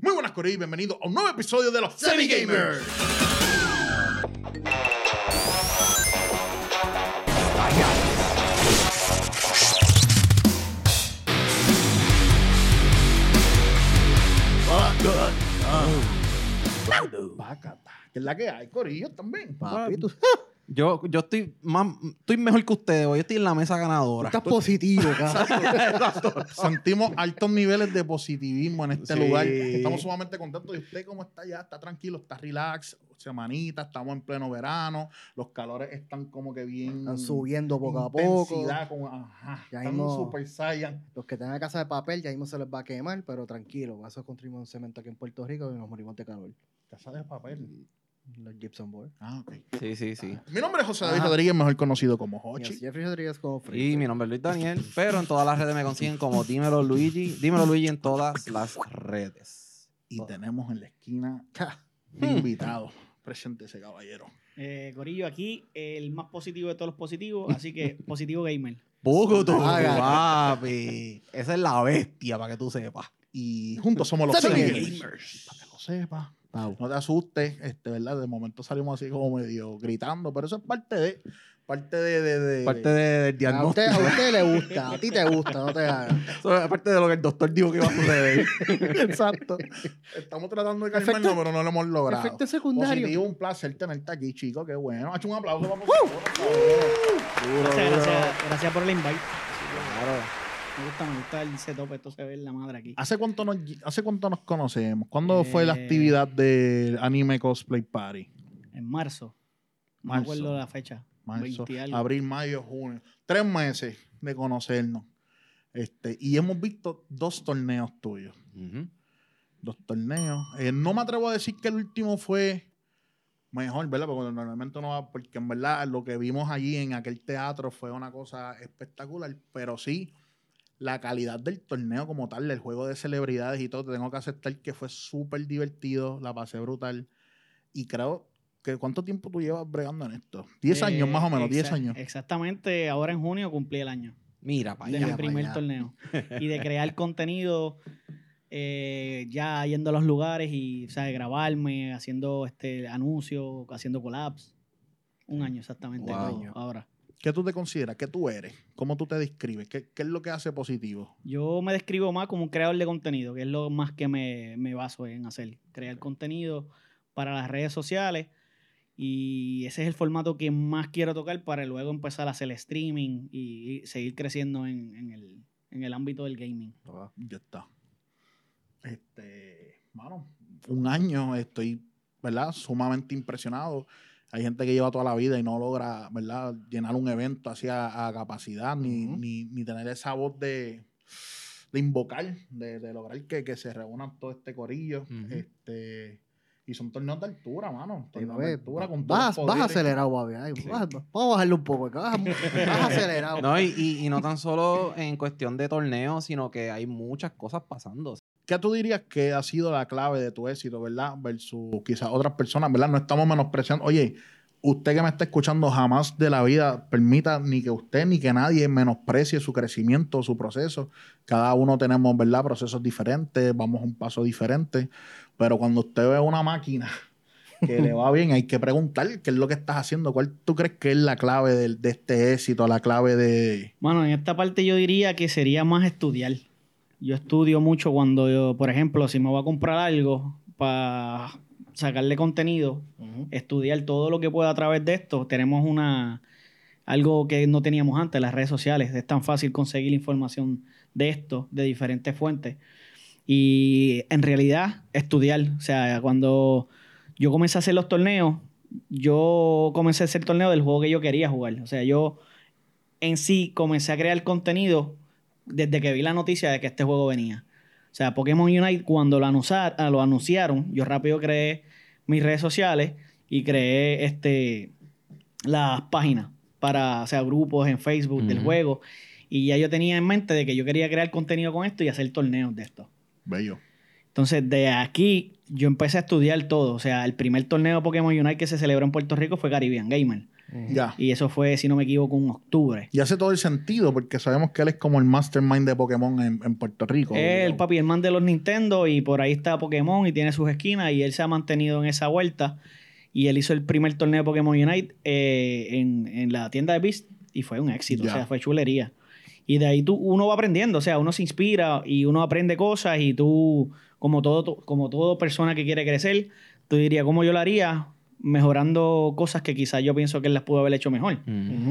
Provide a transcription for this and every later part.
Muy buenas, Corillo, y bienvenidos a un nuevo episodio de los Semi Gamers. ¿Qué es la que hay, Corillo? También. Papi, tú Yo estoy mejor que ustedes. Hoy estoy en la mesa ganadora. estás positivo, cabrón. Sentimos altos niveles de positivismo en este Sí. lugar. Estamos sumamente contentos. ¿Y usted cómo está ya? ¿Está tranquilo? ¿Está relax? Semanita, estamos en pleno verano. Los calores están como que bien... Están subiendo poco a poco. intensidad, como, ajá, Ya están mismo- Super Saiyan. Los que tengan casa de papel ya mismo se les va a quemar, pero tranquilo. Eso construimos un cemento aquí en Puerto Rico y nos morimos de calor. Casa de papel. Los Gypsum Board. Ah, ok. Sí. Mi nombre es José David Ajá. Rodríguez, mejor conocido como Y Hochi. así Jeffrey Rodríguez como Y Free. mi nombre es Luis Daniel, pero en todas las redes me consiguen como Dímelo Luigi. Dímelo Luigi en todas las redes. Y tenemos en la esquina Ja. un invitado. Presente ese caballero. Corillo, aquí el más positivo de todos los positivos, así que positivo gamer. Poco tú, Haga. papi. Esa es la bestia, para que tú sepas. Y juntos somos los Semi Semi Gamers. Gamers. Para que lo sepas. Pau. No te asustes, ¿verdad? De momento salimos así como medio gritando, pero eso es parte de... Parte del A diagnóstico. usted le gusta, a ti te gusta, no te hagas. Eso es parte de lo que el doctor dijo que iba a suceder. Exacto. Estamos tratando de calmarnos, Efecto- pero no lo hemos logrado. Efecto secundario. Positivo, un placer tenerte aquí, chico. Qué bueno. Ha hecho un aplauso para Gracias por el invite. Claro. Me gusta el setup, esto se ve en la madre aquí. ¿Hace cuánto nos conocemos? ¿Cuándo fue la Eh, actividad del Anime Cosplay Party? En marzo. No Marzo. me acuerdo la fecha. Marzo, 20 y algo. abril, mayo, junio. 3 meses de conocernos. Y hemos visto 2 torneos tuyos. Ujú. 2 torneos. No me atrevo a decir que el último fue mejor, ¿verdad? Porque normalmente no va, porque en verdad lo que vimos allí en aquel teatro fue una cosa espectacular, pero sí, la calidad del torneo como tal, del juego de celebridades y todo, te tengo que aceptar que fue súper divertido, la pasé brutal. Y creo que ¿cuánto tiempo tú llevas bregando en esto? 10 años más o menos, 10 años. Exactamente, ahora en junio cumplí el año Mira, para de allá. mi pa' primer allá. torneo. Y de crear contenido, ya yendo a los lugares y, o sea, grabarme, haciendo anuncios, haciendo collabs. Un año exactamente. Wow. Ahora. ¿Qué tú te consideras? ¿Qué tú eres? ¿Cómo tú te describes? ¿Qué es lo que hace positivo? Yo me describo más como un creador de contenido, que es lo más que me baso en hacer. Crear contenido para las redes sociales. Y ese es el formato que más quiero tocar para luego empezar a hacer streaming y seguir creciendo en el ámbito del gaming. Ya está. Mano, un año estoy, ¿verdad? Sumamente impresionado. Hay gente que lleva toda la vida y no logra, ¿verdad? Llenar un evento así a capacidad, ni tener esa voz de invocar, de lograr que se reúnan todo este corillo. Ujú. Y son torneos de altura, mano. Sí, Torneos pues, de altura con todos Vas los poderes. acelerado, papi. Ay, vamos a bajarlo un poco. Vas acelerado. No, y no tan solo en cuestión de torneos, sino que hay muchas cosas pasando. ¿Qué tú dirías que ha sido la clave de tu éxito, verdad? Versus quizás otras personas, ¿verdad? No estamos menospreciando. Oye, usted que me está escuchando, jamás de la vida permita ni que usted ni que nadie menosprecie su crecimiento, su proceso. Cada uno tenemos, ¿verdad? Procesos diferentes, vamos a un paso diferente. Pero cuando usted ve una máquina que le va bien, hay que preguntar qué es lo que estás haciendo. ¿Cuál tú crees que es la clave de este éxito, la clave de... Bueno, en esta parte yo diría que sería más estudiar. Yo estudio mucho cuando yo, por ejemplo, si me voy a comprar algo para sacarle contenido, estudiar todo lo que pueda a través de esto. Tenemos algo que no teníamos antes, las redes sociales. Es tan fácil conseguir información de esto, de diferentes fuentes. Y en realidad, estudiar. O sea, cuando yo comencé a hacer los torneos, yo comencé a hacer torneos del juego que yo quería jugar. O sea, yo en sí comencé a crear contenido desde que vi la noticia de que este juego venía. O sea, Pokémon Unite, cuando lo anunciaron, yo rápido creé mis redes sociales y creé las páginas para, o sea, grupos en Facebook del juego. Y ya yo tenía en mente de que yo quería crear contenido con esto y hacer torneos de esto. Bello. Entonces, de aquí yo empecé a estudiar todo. O sea, el primer torneo de Pokémon Unite que se celebró en Puerto Rico fue Caribbean Gamer. Ya. Y eso fue, si no me equivoco, en octubre. Y hace todo el sentido porque sabemos que él es como el mastermind de Pokémon en Puerto Rico. El papi, el man de los Nintendo, y por ahí está Pokémon y tiene sus esquinas, y él se ha mantenido en esa vuelta. Y él hizo el primer torneo de Pokémon Unite en la tienda de Beast y fue un éxito, Ya. o sea, fue chulería. Y de ahí uno va aprendiendo, o sea, uno se inspira y uno aprende cosas, y tú, como todo persona que quiere crecer, tú dirías, ¿cómo yo lo haría? Mejorando cosas que quizás yo pienso que él las pudo haber hecho mejor.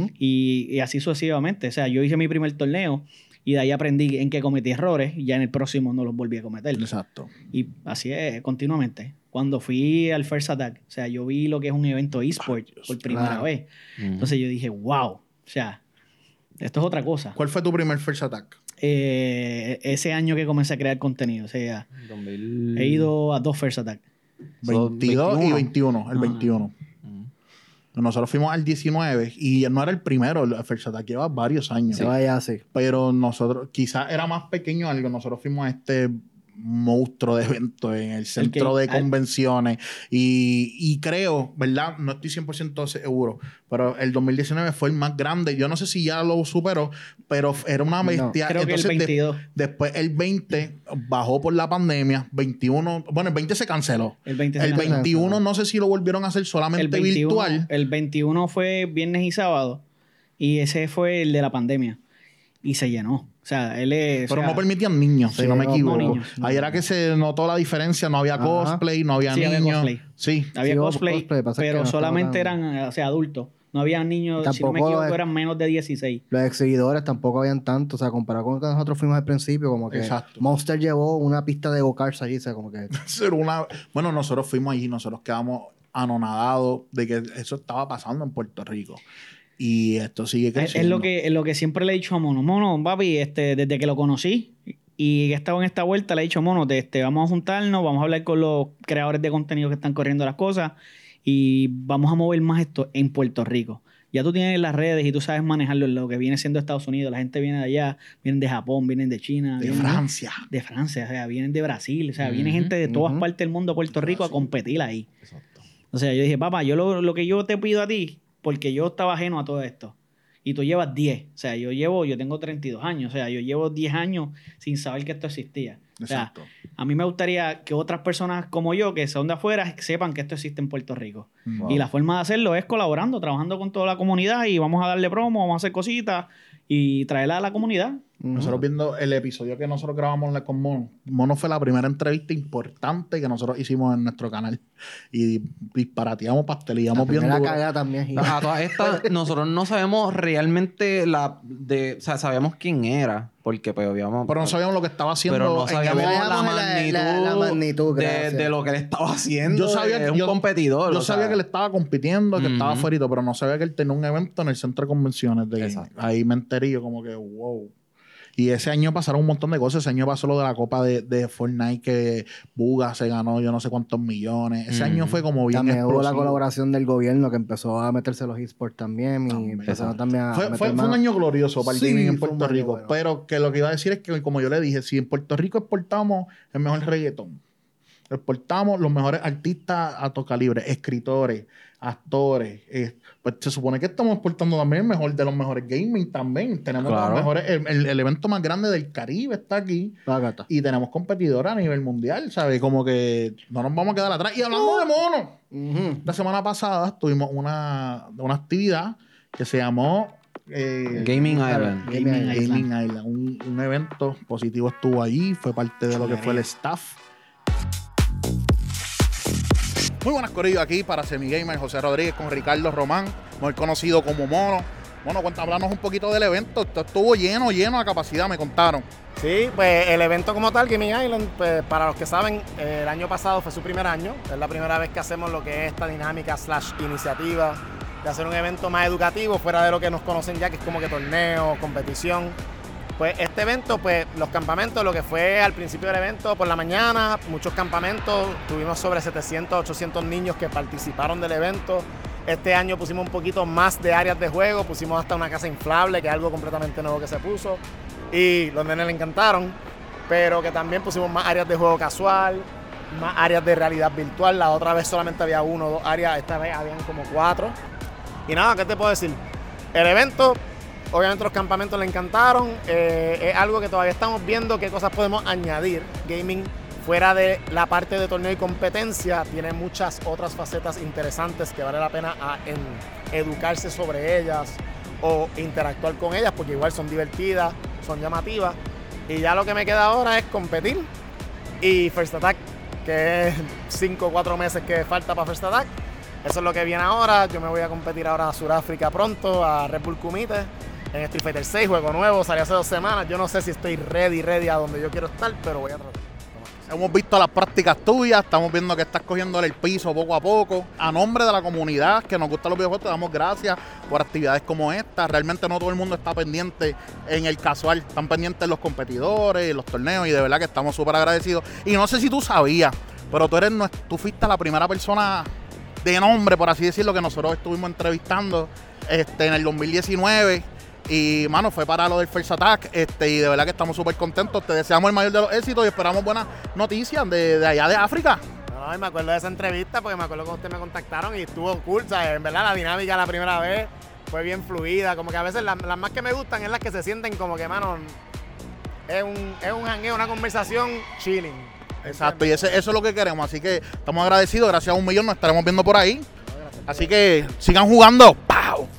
Y así sucesivamente. O sea, yo hice mi primer torneo y de ahí aprendí en qué cometí errores, y ya en el próximo no los volví a cometer. Exacto. Y así es, continuamente. Cuando fui al First Attack, o sea, yo vi lo que es un evento eSport por primera claro. vez. Entonces yo dije, wow, o sea, esto es otra cosa. ¿Cuál fue tu primer First Attack? Ese año que comencé a crear contenido, o sea, he ido a 2 First Attack. 22 y 21, el 21. Nosotros fuimos al 19 y no era el primero, el First Attack lleva varios años. Se vaya así. Pero nosotros, quizás era más pequeño algo, nosotros fuimos a este monstruo de evento en el centro de convenciones y creo, ¿verdad? No estoy 100% seguro, pero el 2019 fue el más grande. Yo no sé si ya lo superó, pero era una bestia. Creo Entonces, que el 22. después el 20 bajó por la pandemia, 21, bueno, el 20 se canceló. El 20 El 21 no sé si lo volvieron a hacer solamente virtual. El 21 fue viernes y sábado, y ese fue el de la pandemia. Y se llenó. O sea, él es... Pero o sea, no permitían niños, sí, si no me no, equivoco. no niños. Ahí era que se notó la diferencia. No había Ajá. cosplay, no había Sí, había niños. cosplay. Sí. había Sí, cosplay, pasa que pero no solamente estaba tan- eran, o sea, adultos. No había niños, si no me Tampoco equivoco, eran menos de 16. Los exhibidores tampoco habían tanto, o sea, comparado con lo que nosotros fuimos al principio, como que Exacto. Monster llevó una pista de go-karts allí, o sea, como que... Bueno, nosotros fuimos allí, nosotros quedamos anonadados de que eso estaba pasando en Puerto Rico. Y esto sigue Es creciendo. lo que siempre le he dicho a Mono. Mono, papi, desde que lo conocí y he estado en esta vuelta, le he dicho, Mono, vamos a juntarnos, vamos a hablar con los creadores de contenido que están corriendo las cosas y vamos a mover más esto en Puerto Rico. Ya tú tienes las redes y tú sabes manejarlo en lo que viene siendo Estados Unidos. La gente viene de allá, vienen de Japón, vienen de China. De vienen Francia. De Francia, o sea, vienen de Brasil. O sea, viene gente de todas partes del mundo a Puerto Rico a competir ahí. Exacto. O sea, yo dije, papá, yo lo que yo te pido a ti, porque yo estaba ajeno a todo esto, y tú llevas 10. O sea, yo tengo 32 años. O sea, yo llevo 10 años sin saber que esto existía. O sea, Exacto. a mí me gustaría que otras personas como yo, que son de afuera, sepan que esto existe en Puerto Rico. Wow. Y la forma de hacerlo es colaborando, trabajando con toda la comunidad, y vamos a darle promo, vamos a hacer cositas y traerla a la comunidad. Nosotros viendo el episodio que nosotros grabamos con Mono. Mono fue la primera entrevista importante que nosotros hicimos en nuestro canal. Y disparateamos, La pasteleamos bien primera duro. cagada también. A todas estas, nosotros no sabemos realmente o sea, sabíamos quién era, porque pues habíamos... Pero no sabíamos lo que estaba haciendo. pero no en sabíamos el- la magnitud, la magnitud, gracias. de lo que él estaba haciendo. Yo sabía es un competidor. Yo o sea, sabía que él estaba compitiendo, que estaba Ujú. afuera, pero no sabía que él tenía un evento en el centro de convenciones. Exacto. Ahí me enteré yo como que, wow. Y ese año pasaron un montón de cosas. Ese año pasó lo de la Copa de Fortnite que Buga se ganó yo no sé cuántos millones. Ese año fue como bien También hubo la explosivo. colaboración del gobierno que empezó a meterse los esports también y También. empezaron también a Fue meter un mano. año glorioso para el Sí, gaming en fue un Puerto año Rico. bueno. Pero que lo que iba a decir es que, como yo le dije, si en Puerto Rico exportamos el mejor reggaetón, exportamos los mejores artistas a todo calibre, escritores, actores, pues se supone que estamos exportando también el mejor de los mejores gaming también. Tenemos Claro. los mejores, el evento más grande del Caribe está aquí. Págata. Y tenemos competidores a nivel mundial, ¿sabes? Como que no nos vamos a quedar atrás. Y hablando de monos, Ujú. la semana pasada tuvimos una actividad que se llamó Gaming Island. Gaming Island. Un evento positivo estuvo allí, fue parte de lo que fue el staff. Muy buenas, corillo, aquí para Semigamer, José Rodríguez con Ricardo Román, mejor conocido como Mono. Bueno, háblanos un poquito del evento. Esto estuvo lleno a capacidad, me contaron. Sí, pues el evento como tal, Gaming Island, pues para los que saben, el año pasado fue su primer año. Es la primera vez que hacemos lo que es esta dinámica / iniciativa de hacer un evento más educativo, fuera de lo que nos conocen ya, que es como que torneo, competición. Pues este evento, pues los campamentos, lo que fue al principio del evento por la mañana, muchos campamentos, tuvimos sobre 700, 800 niños que participaron del evento. Este año pusimos un poquito más de áreas de juego, pusimos hasta una casa inflable, que es algo completamente nuevo que se puso. Y los nenes le encantaron, pero que también pusimos más áreas de juego casual, más áreas de realidad virtual. La otra vez solamente había 1 o 2 áreas, esta vez habían como 4. Y nada, ¿qué te puedo decir? El evento, obviamente los campamentos le encantaron. Es algo que todavía estamos viendo qué cosas podemos añadir. Gaming, fuera de la parte de torneo y competencia, tiene muchas otras facetas interesantes que vale la pena educarse sobre ellas o interactuar con ellas, porque igual son divertidas, son llamativas. Y ya lo que me queda ahora es competir. Y First Attack, que es 5 o 4 meses que falta para First Attack. Eso es lo que viene ahora. Yo me voy a competir ahora a Sudáfrica pronto, a Red Bull Kumite, en Street Fighter 6, juego nuevo, salió hace 2 semanas. Yo no sé si estoy ready a donde yo quiero estar, pero voy a tratar. Hemos visto las prácticas tuyas, estamos viendo que estás cogiéndole el piso poco a poco. A nombre de la comunidad que nos gustan los videojuegos, te damos gracias por actividades como esta. Realmente no todo el mundo está pendiente en el casual, están pendientes los competidores, los torneos, y de verdad que estamos súper agradecidos. Y no sé si tú sabías, pero tú fuiste la primera persona de nombre, por así decirlo, que nosotros estuvimos entrevistando en el 2019. Y, mano, fue para lo del First Attack, y de verdad que estamos súper contentos. Te deseamos el mayor de los éxitos y esperamos buenas noticias de allá de África. No, y me acuerdo de esa entrevista porque me acuerdo cuando ustedes me contactaron y estuvo cool, ¿sabes? En verdad la dinámica la primera vez fue bien fluida, como que a veces las más que me gustan es las que se sienten como que, mano, es un jangueo, una conversación chilling. Exacto, y eso es lo que queremos, así que estamos agradecidos, gracias a 1 millón nos estaremos viendo por ahí. Así que sigan jugando. ¡Pau!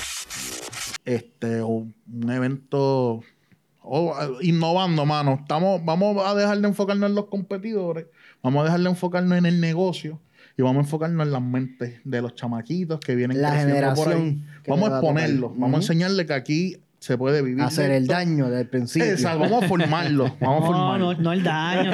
Un evento innovando, mano. Vamos a dejar de enfocarnos en los competidores, vamos a dejar de enfocarnos en el negocio y vamos a enfocarnos en las mentes de los chamaquitos que vienen la creciendo por ahí. generación. Vamos a exponerlos, vamos a enseñarles que aquí se puede vivir. Hacer el daño del principio. Exacto, vamos a formarlos. No el daño.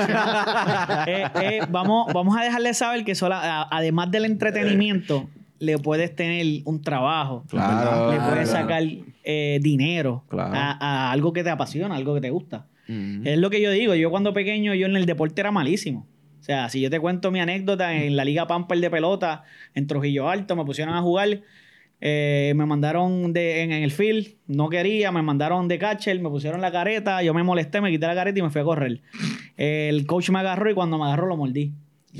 Vamos a dejarle saber que además del entretenimiento, le puedes tener un trabajo. Claro. Le puedes sacar dinero Claro. a algo que te apasiona, algo que te gusta. Es lo que yo digo. Yo cuando pequeño, yo en el deporte era malísimo. O sea, si yo te cuento mi anécdota, en la Liga Pamper de pelota, en Trujillo Alto, me pusieron a jugar. Me mandaron en el field, no quería, me mandaron de catcher, me pusieron la careta, yo me molesté, me quité la careta y me fui a correr. El coach me agarró y cuando me agarró lo mordí.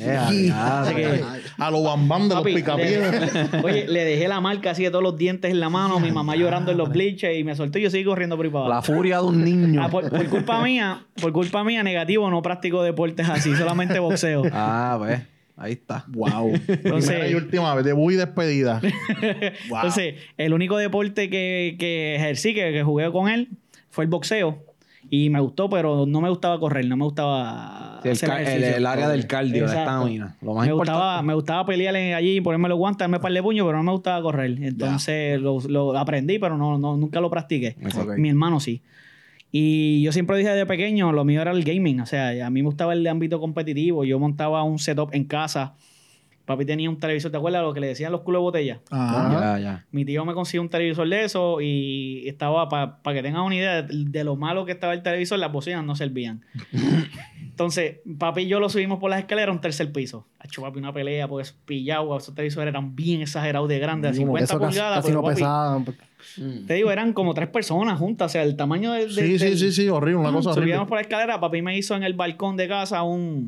A los bambán de los picapiedras. Oye, le dejé la marca así de todos los dientes en la mano, mi mamá llorando en los bleachers y me soltó y yo seguí corriendo por ahí para abajo. La furia de un niño. Por culpa mía, negativo, no practico deportes así, solamente boxeo. Pues, ahí está. Wow. Entonces, Primera y última vez, debut y despedida. Wow. Entonces, el único deporte que ejercí, que jugué con él, fue el boxeo. Y me gustó, pero no me gustaba correr, no me gustaba hacer ejercicio. El área del cardio, la Exacto. estamina. Lo más importante. Me gustaba pelear allí, ponerme los guantes, darme par de puños, pero no me gustaba correr. Entonces lo aprendí, pero nunca lo practiqué. Okay. Mi hermano sí. Y yo siempre dije desde pequeño, lo mío era el gaming. O sea, a mí me gustaba el ámbito competitivo. Yo montaba un setup en casa. Papi tenía un televisor, ¿te acuerdas lo que le decían los culos de botella? Ya. Mi tío me consiguió un televisor de eso y estaba, para que tengan una idea de lo malo que estaba el televisor, las bocinas no servían. Entonces, papi y yo lo subimos por las escaleras a un 3er piso. Ha hecho papi una pelea porque esos televisores eran bien exagerados de grandes, de 50 pulgadas. Casi no papi, pesaban. te digo, eran como 3 personas juntas, o sea, el tamaño del... Sí, horrible, una cosa horrible. Subíamos por la escalera, papi me hizo en el balcón de casa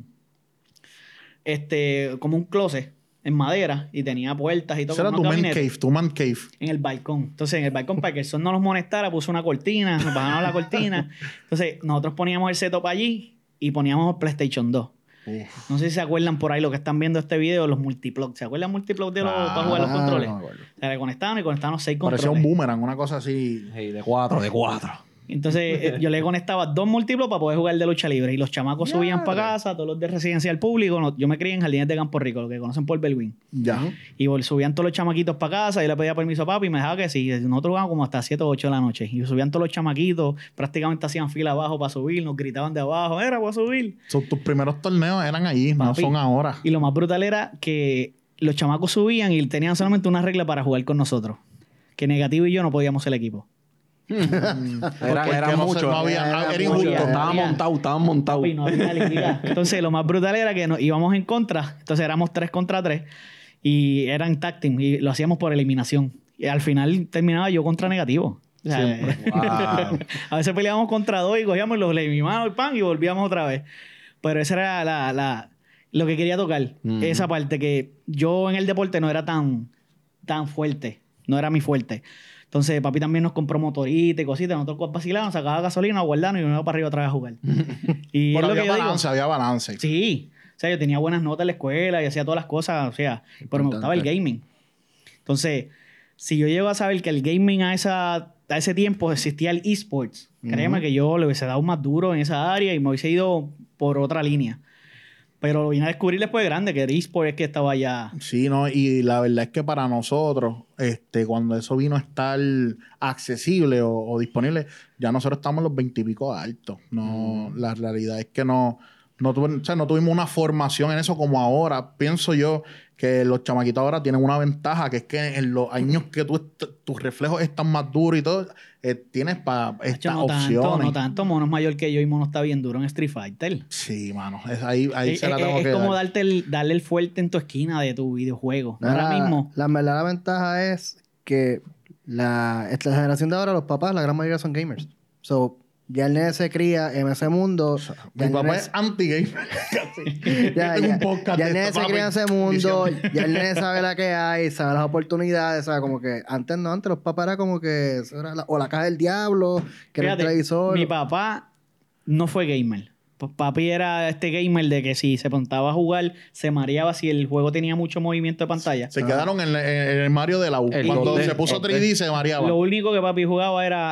como un closet en madera y tenía puertas y todo. Ese era tu man cave. En el balcón. Entonces, en el balcón, para que el sol no los molestara, puso una cortina, nos bajaron la cortina. Entonces, nosotros poníamos el setup allí y poníamos PlayStation 2. No sé si se acuerdan por ahí lo que están viendo este video, los multiplogs. ¿Se acuerdan multiplogs para jugar los controles? No, se le conectaban y conectaban los 6 controles. Parecía un boomerang, una cosa así. Hey, de 4. Entonces, yo le conectaba 2 múltiplos para poder jugar de lucha libre. Y los chamacos subían para casa, todos los de residencial público. Yo me crié en Jardines de Campo Rico, lo que conocen por Belwin. Ya. Y subían todos los chamaquitos para casa. Yo le pedía permiso a papi y me dejaba que sí. Nosotros jugábamos como hasta 7 o 8 de la noche. Y subían todos los chamaquitos. Prácticamente hacían fila abajo para subir. Nos gritaban de abajo. ¡Era para subir! Tus primeros torneos eran allí, Papi, no son ahora. Y lo más brutal era que los chamacos subían y tenían solamente una regla para jugar con nosotros. Que Negativo y yo no podíamos ser el equipo. Era mucho. Era injusto. Estaban montados. Papi, no había liga. Entonces, lo más brutal era que íbamos en contra. Entonces, éramos 3 contra 3. Y eran tag team. Y lo hacíamos por eliminación. Y al final terminaba yo contra Negativo. O sea, Wow. a veces peleábamos contra 2 y cogíamos los eliminamos y pan y volvíamos otra vez. Pero esa era lo que quería tocar. Esa parte que yo en el deporte no era tan fuerte. no era mi fuerte. Entonces, papi también nos compró motoritas y cositas. Nosotros vacilábamos, sacaba gasolina, guardábamos y nos íbamos para arriba otra vez a jugar. Y Pero es lo que había yo digo. balance, había balance. Sí. O sea, yo tenía buenas notas en la escuela y hacía todas las cosas, o sea, pero me gustaba el gaming. Entonces, si yo llego a saber que el gaming a ese tiempo existía el esports, créeme que yo le hubiese dado más duro en esa área y me hubiese ido por otra línea. Pero lo vine a descubrir después de grande, que el esports es que estaba ya... Sí, no, y la verdad es que para nosotros, cuando eso vino a estar accesible o disponible, ya nosotros estamos en los 20 y pico altos. No, la realidad es que no tuvimos una formación en eso como ahora. Pienso yo que los chamaquitos ahora tienen una ventaja, que es que en los años que tus reflejos están más duros y todo, tienes para estas opciones. No tanto, Mono es mayor que yo y Mono está bien duro en Street Fighter. Sí, mano. Ahí se la tengo Es que como dar. darle el fuerte en tu esquina de tu videojuego. Ahora mismo... La verdadera ventaja es que esta generación de ahora, los papás, la gran mayoría son gamers. So, ya el nene se cría en ese mundo. Mi papá es anti-gamer. Ya el nene se cría en ese mundo. Ya el nene sabe la que hay, sabe las oportunidades. Sabe como que antes los papás era como que eso era o la caja del diablo, que era el Fíjate, televisor. mi papá no fue gamer. Papi era este gamer de que si se pontaba a jugar, se mareaba si el juego tenía mucho movimiento de pantalla. Se quedaron en el Mario de la U. El Cuando 2D, se puso 3D se mareaba. Lo único que papi jugaba era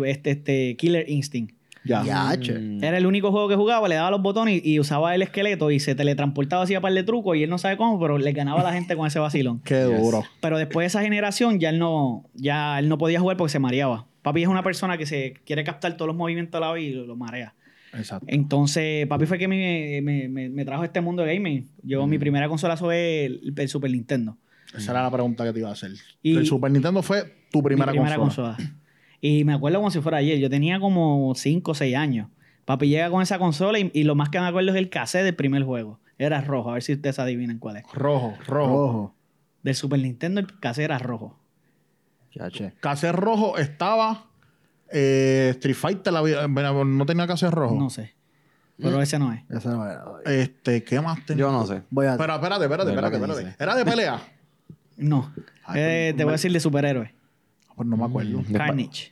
Killer Instinct. Ya, che. Era el único juego que jugaba, le daba los botones y usaba el esqueleto y se teletransportaba, hacía par de trucos y él no sabe cómo, pero le ganaba a la gente con ese vacilón. Qué duro. Pero después de esa generación ya él no podía jugar porque se mareaba. Papi es una persona que se quiere captar todos los movimientos a la vez y lo marea. Exacto. Entonces, papi fue que me trajo a este mundo de gaming. Yo, mi primera consola fue el Super Nintendo. Esa era la pregunta que te iba a hacer. Y- El Super Nintendo fue tu primera consola. Y me acuerdo como si fuera ayer. Yo tenía como 5 o 6 años. Papi llega con esa consola y lo más que me acuerdo es el cassette del primer juego. Era rojo. A ver si ustedes adivinan cuál es. Rojo. Del Super Nintendo el cassette era rojo. Ya, che. Cassette rojo estaba Street Fighter. No tenía cassette rojo. No sé. Pero ese no es. Esa no era. ¿Qué más tenía? Yo no sé. Voy a... Pero espérate. ¿Verdad que dice? ¿Era de pelea? No. Ay, Te voy a decir de superhéroe. Pues no me acuerdo. Carnage.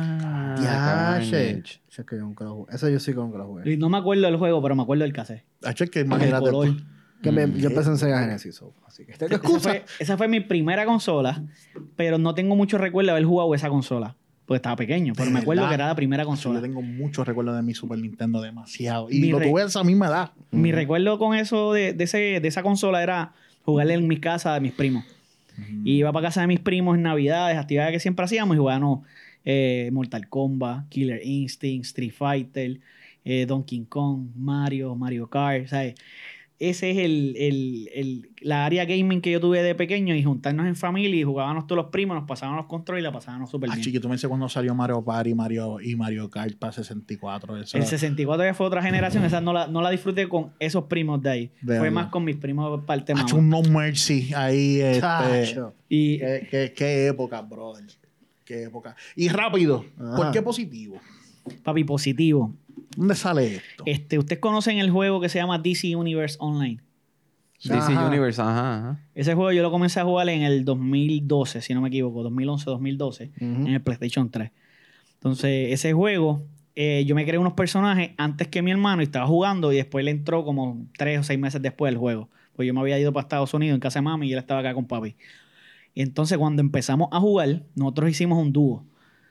Ya, che. Carnage. Che, que yo nunca lo jugué. Eso yo sí que nunca lo jugué. Y no me acuerdo del juego, pero me acuerdo del cassette. Hacho, es que El imagínate color. tú. Que yo empecé en Sega Genesis, así que tengo Esa excusa. esa fue mi primera consola, pero no tengo mucho recuerdo de haber jugado esa consola. Porque estaba pequeño, pero De me acuerdo verdad. que era la primera Yo consola. tengo muchos recuerdos de mi Super Nintendo, demasiado. Y Mi lo tuve a esa misma edad. Mi recuerdo con eso de esa consola era jugarle en mi casa de mis primos. Y iba para casa de mis primos en Navidades, actividades que siempre hacíamos y jugábamos Mortal Kombat, Killer Instinct, Street Fighter, Donkey Kong, Mario Kart, ¿sabes? Ese es la área gaming que yo tuve de pequeño y juntarnos en familia y jugábamos todos los primos, nos pasábamos los controles y la pasábamos súper bien. Chiquito, me dice cuando salió Mario Party y Mario Kart para 64. Eso El 64 ya fue otra generación, esa no la disfruté con esos primos de ahí. De Fue verdad. más con mis primos parte más. Hacho, un No Mercy ahí. Chacho. Y Qué época, brother. Qué época. Y rápido, Ajá. ¿por qué positivo? papi, positivo. ¿Dónde sale esto? ¿Ustedes conocen el juego que se llama DC Universe Online? DC Ajá. Universe, ajá. Ese juego yo lo comencé a jugar en el 2012, si no me equivoco, 2011-2012, en el PlayStation 3. Entonces, ese juego, yo me creé unos personajes antes que mi hermano y estaba jugando y después le entró como 3 o 6 meses después del juego. Pues yo me había ido para Estados Unidos en casa de mami y él estaba acá con papi. Y entonces, cuando empezamos a jugar, nosotros hicimos un dúo.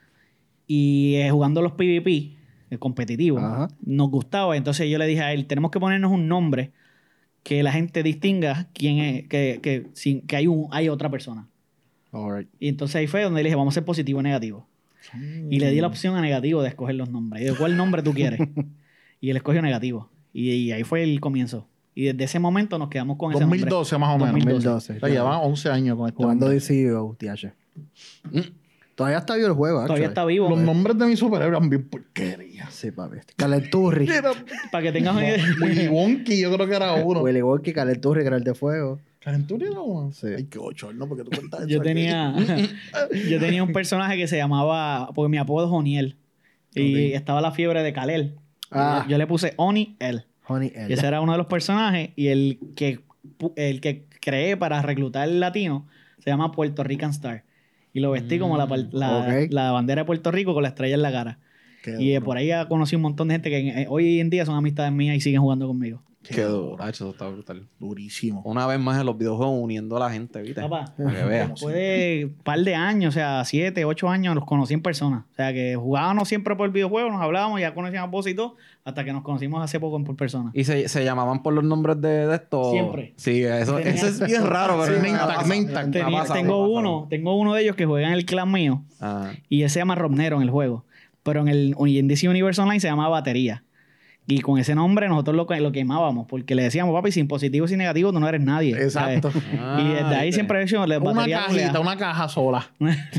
Y jugando los PvP, el competitivo, Ajá. nos gustaba. Entonces yo le dije a él, tenemos que ponernos un nombre que la gente distinga quién es, que hay otra persona. Alright. Y entonces ahí fue donde le dije, vamos a ser positivo o negativo. Y le di la opción a negativo de escoger los nombres. Y de ¿cuál nombre tú quieres? Y él escogió negativo. Y ahí fue el comienzo. Y desde ese momento nos quedamos con ese nombre. 2012 más o menos. 2012. O sea, llevan 11 años con este Jugando nombre. DCU, TH. Todavía está vivo el juego, Todavía actually. está vivo. Los nombres de mis superhéroes eran bien porquerías. Sí, papi. Calenturri. Era Para que tengas una idea. Willy Wonky, yo creo que era uno. Willy Wonky, Calenturri, que era el de fuego. ¿Calentura era uno? Sí. Ay, qué bochorno, porque tú cuentas eso Yo aquí. tenía un personaje que se llamaba, porque mi apodo es Oniel. Y estaba la fiebre de Kalel. Ah. Yo le puse Oni El. Honey Y ese era uno de los personajes. Y el que creé para reclutar el latino se llama Puerto Rican Star. Y lo vestí como la bandera de Puerto Rico con la estrella en la cara. Y por ahí conocí un montón de gente que hoy en día son amistades mías y siguen jugando conmigo. Qué duro. Eso está brutal. Durísimo. Una vez más en los videojuegos uniendo a la gente, ¿viste? Papá, Para que veas. después de un par de años, o sea, 7, 8 años, los conocí en persona. O sea, que jugábamos siempre por videojuegos, nos hablábamos, ya conocíamos voz y todo, hasta que nos conocimos hace poco por persona. ¿Y se llamaban por los nombres de esto? Siempre. Sí, eso es bien raro, pero Tengo uno de ellos que juega en el clan mío y él se llama Romnero en el juego. Pero en DC Universe Online se llama Batería. Y con ese nombre nosotros lo quemábamos porque le decíamos, papi, sin positivos y negativos tú no eres nadie. Exacto. Y desde ahí siempre he hecho una caja sola.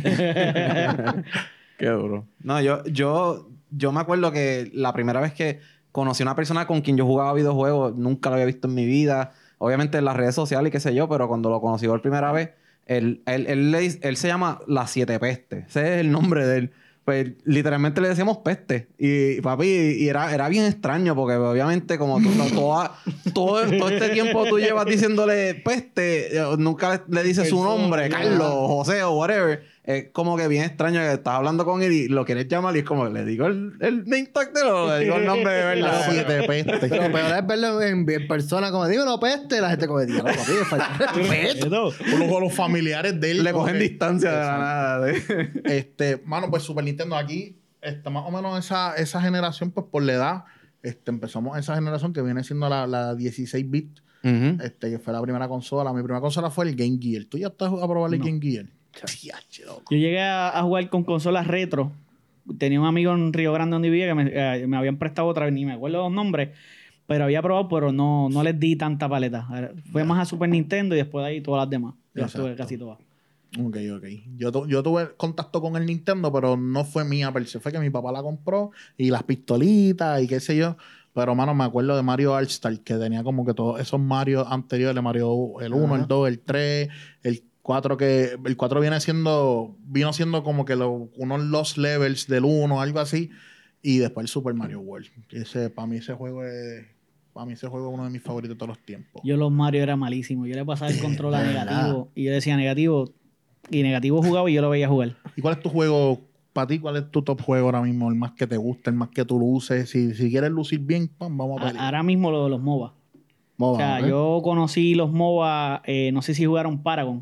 Qué duro. No, yo me acuerdo que la primera vez que conocí a una persona con quien yo jugaba videojuegos, nunca lo había visto en mi vida. Obviamente en las redes sociales y qué sé yo, pero cuando lo conocí por primera vez, él se llama Las Siete Pestes. Ese es el nombre de él. Pues literalmente le decíamos peste. Y papi, era bien extraño porque obviamente como tú, todo este tiempo tú llevas diciéndole peste, nunca le dices su nombre, Carlos, José o whatever. Es como que bien extraño que estás hablando con él y lo quieres llamar y es como, ¿le digo el name tag de lo? ¿Le digo el nombre de verdad? Siete pestes. Pero peor es verlo en persona como digo, no peste, la gente como digo, no, papi, es falta de respeto. Los familiares de él. Le cogen distancia de la nada. Mano, pues Super Nintendo aquí, más o menos esa generación, pues por la edad, empezamos esa generación que viene siendo la 16 bit, que fue la primera consola. Mi primera consola fue el Game Gear. ¿Tú ya estás a probar el Game Gear? Yo llegué a jugar con consolas retro. Tenía un amigo en Río Grande donde vivía que me habían prestado otra vez, ni me acuerdo los nombres, pero había probado, pero no les di tanta paleta. Fue más a Super Nintendo y después de ahí todas las demás. Ya estuve casi todas. Ok. Yo tuve contacto con el Nintendo, pero no fue mía per se. Fue que mi papá la compró y las pistolitas y qué sé yo. Pero, mano, me acuerdo de Mario All-Star, que tenía como que todos esos Mario anteriores, Mario el 1, el 2, el 3, el 4, que el 4 vino siendo como que unos Lost Levels del 1, algo así. Y después el Super Mario World. Para mí ese juego es uno de mis favoritos de todos los tiempos. Yo los Mario era malísimo. Yo le pasaba el control a negativo. Y yo decía negativo. Y negativo jugaba y yo lo veía jugar. ¿Y cuál es tu juego, para ti, cuál es tu top juego ahora mismo? El más que te gusta, el más que tú luces. Si quieres lucir bien, vamos a pelear. Ahora mismo los MOBA. O sea, yo conocí los MOBA, no sé si jugaron Paragon.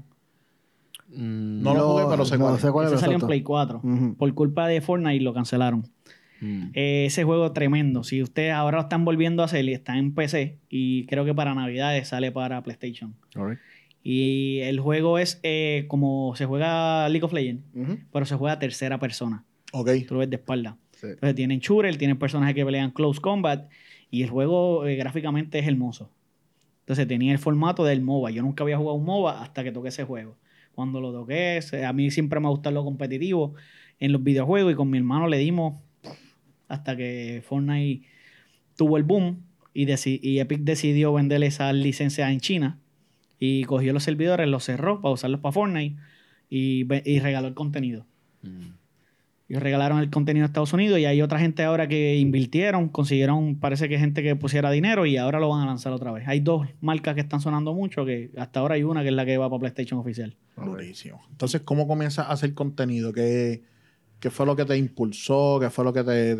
No lo jugué, pero sé cuál es. Ese salió en Play 4. Por culpa de Fortnite lo cancelaron. Ese juego tremendo. Si ustedes ahora lo están volviendo a hacer y están en PC, y creo que para Navidades sale para PlayStation. Right. Y el juego es como se juega League of Legends, pero se juega a tercera persona. Ok. Tú lo ves de espalda. Sí. Entonces tienen shooter, tienen personajes que pelean close combat y el juego gráficamente es hermoso. Entonces tenía el formato del MOBA. Yo nunca había jugado un MOBA hasta que toqué ese juego. Cuando lo toqué, a mí siempre me gusta lo competitivo en los videojuegos y con mi hermano le dimos hasta que Fortnite tuvo el boom y Epic decidió vender esas licencias en China y cogió los servidores, los cerró para usarlos para Fortnite y regaló el contenido. Ellos regalaron el contenido a Estados Unidos y hay otra gente ahora que invirtieron, consiguieron, parece que gente que pusiera dinero y ahora lo van a lanzar otra vez. Hay dos marcas que están sonando mucho, que hasta ahora hay una que es la que va para PlayStation oficial. Buenísimo. Entonces, ¿cómo comienzas a hacer contenido? ¿Qué fue lo que te impulsó? ¿Qué fue lo que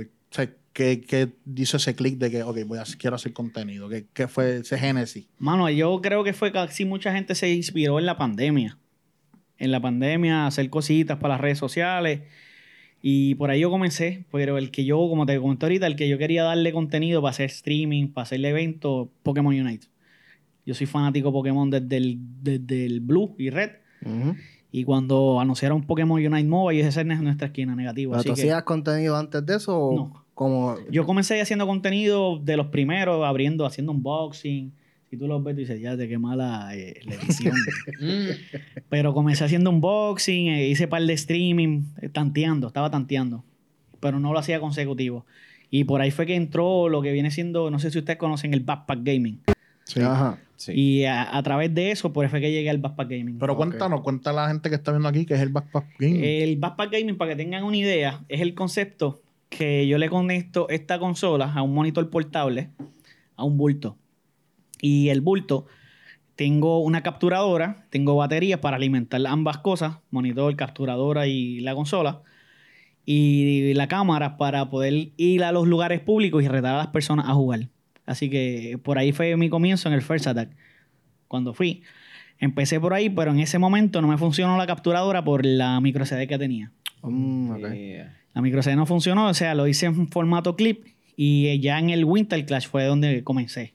¿qué hizo ese click de que, ok, quiero hacer contenido? ¿Qué fue ese génesis? Mano, yo creo que fue casi mucha gente se inspiró en la pandemia. En la pandemia, a hacer cositas para las redes sociales. Y por ahí yo comencé, pero el que yo, como te comenté ahorita, el que yo quería darle contenido para hacer streaming, para hacerle eventos, Pokémon Unite. Yo soy fanático Pokémon desde el Blue y Red. Y cuando anunciaron Pokémon Unite MOBA, yo dije, esa es nuestra esquina negativa. ¿Pero tú hacías contenido antes de eso? O no. Como... Yo comencé haciendo contenido de los primeros, haciendo unboxing. Si tú los ves, tú dices, ya, de qué mala la edición. Pero comencé haciendo unboxing, hice un par de streaming, estaba tanteando. Pero no lo hacía consecutivo. Y por ahí fue que entró lo que viene siendo, no sé si ustedes conocen el Backpack Gaming. Sí. Ajá. Sí. Y a través de eso, pues fue que llegué al Backpack Gaming. Pero cuenta a la gente que está viendo aquí que es el Backpack Gaming. El Backpack Gaming, para que tengan una idea, es el concepto que yo le conecto esta consola a un monitor portable, a un bulto. Y el bulto tengo una capturadora, tengo baterías para alimentar ambas cosas, monitor, capturadora y la consola, y la cámara para poder ir a los lugares públicos y retar a las personas a jugar. Así que por ahí fue mi comienzo en el First Attack. Cuando fui, empecé por ahí, pero en ese momento no me funcionó la capturadora por la micro CD que tenía. Okay. La micro CD no funcionó, o sea, lo hice en formato clip y ya en el Winter Clash fue donde comencé.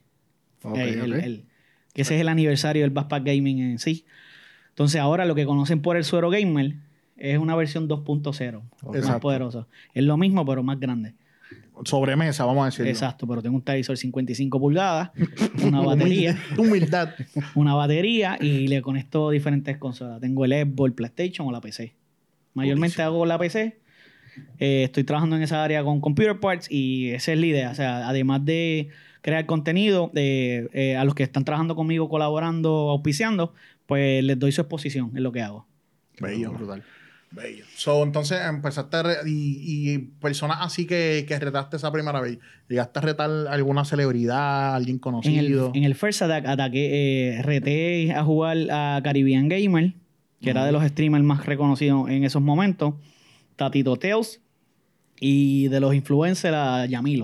Que ese es el aniversario del Backpack Gaming en sí. Entonces ahora lo que conocen por el Suero Gamer es una versión 2.0, más poderosa. Es lo mismo, pero más grande. Sobremesa, vamos a decirlo. Exacto, pero tengo un televisor 55 pulgadas, una batería. Humildad. Una batería y le conecto diferentes consolas. Tengo el Xbox, el PlayStation o la PC. Mayormente hago la PC. Estoy trabajando en esa área con Computer Parts y esa es la idea. O sea, además de crear contenido, a los que están trabajando conmigo, colaborando, auspiciando, pues les doy su exposición en lo que hago. Bello. Brutal. Bello. So, entonces empezaste y personas así que retaste esa primera vez. ¿Llegaste a retar alguna celebridad, alguien conocido? En el First Attack reté a jugar a Caribbean Gamer, que era de los streamers más reconocidos en esos momentos. Tatito Tales y de los influencers a Yamilo.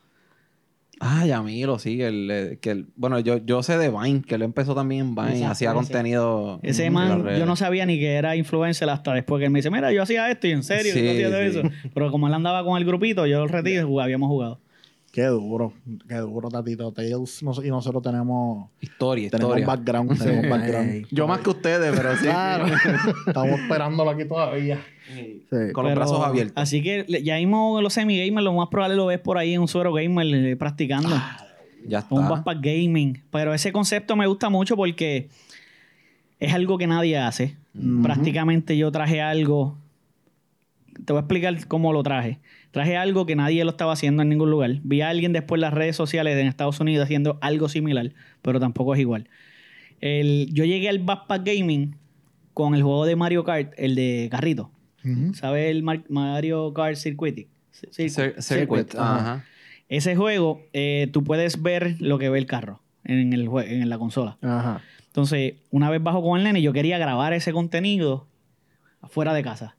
Yamilo, sí. Bueno, yo sé de Vine, que él empezó también en Vine. Exacto, hacía contenido. Ese man, yo no sabía ni que era influencer hasta después que él me dice, mira, yo hacía esto y en serio, sí, yo hacía todo eso. Pero como él andaba con el grupito, yo lo retí y habíamos jugado. Qué duro, Tatito Tales. Y nosotros tenemos historia. Background. Tenemos background. Yo más que ustedes, pero sí. Claro. Estamos esperándolo aquí todavía. Sí. Con los brazos abiertos. Así que ya mismo los semi-gamers, lo más probable lo ves por ahí en un Suero Gamer practicando. Ya está. Un Backpack Gaming. Pero ese concepto me gusta mucho porque es algo que nadie hace. Prácticamente yo traje algo. Te voy a explicar cómo lo traje. Traje algo que nadie lo estaba haciendo en ningún lugar. Vi a alguien después en las redes sociales en Estados Unidos haciendo algo similar, pero tampoco es igual. Yo llegué al Backpack Gaming con el juego de Mario Kart, el de carrito. ¿Sabes el Mario Kart Circuit? Circuit. Ajá. Ese juego, tú puedes ver lo que ve el carro en la consola. Ajá. Entonces, una vez bajo con el nene, yo quería grabar ese contenido afuera de casa.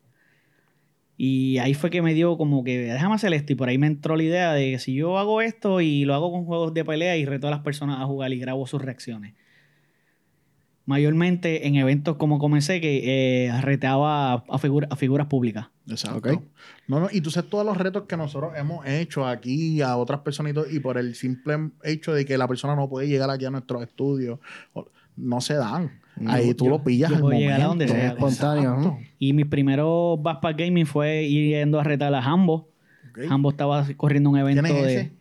Y ahí fue que me dio como que, déjame hacer esto. Y por ahí me entró la idea de que si yo hago esto y lo hago con juegos de pelea y reto a las personas a jugar y grabo sus reacciones. Mayormente en eventos como comencé que reteaba a figuras públicas. Exacto. Okay. No, y tú sabes todos los retos que nosotros hemos hecho aquí a otras personas y por el simple hecho de que la persona no puede llegar aquí a nuestros estudios, no se dan. Ahí tú lo pillas al momento. Llegar a donde sea. Espontáneo. Y mi primero Backpack Gaming fue yendo a retar a Hambo. Okay. Hambo estaba corriendo un evento ¿Quién es ese?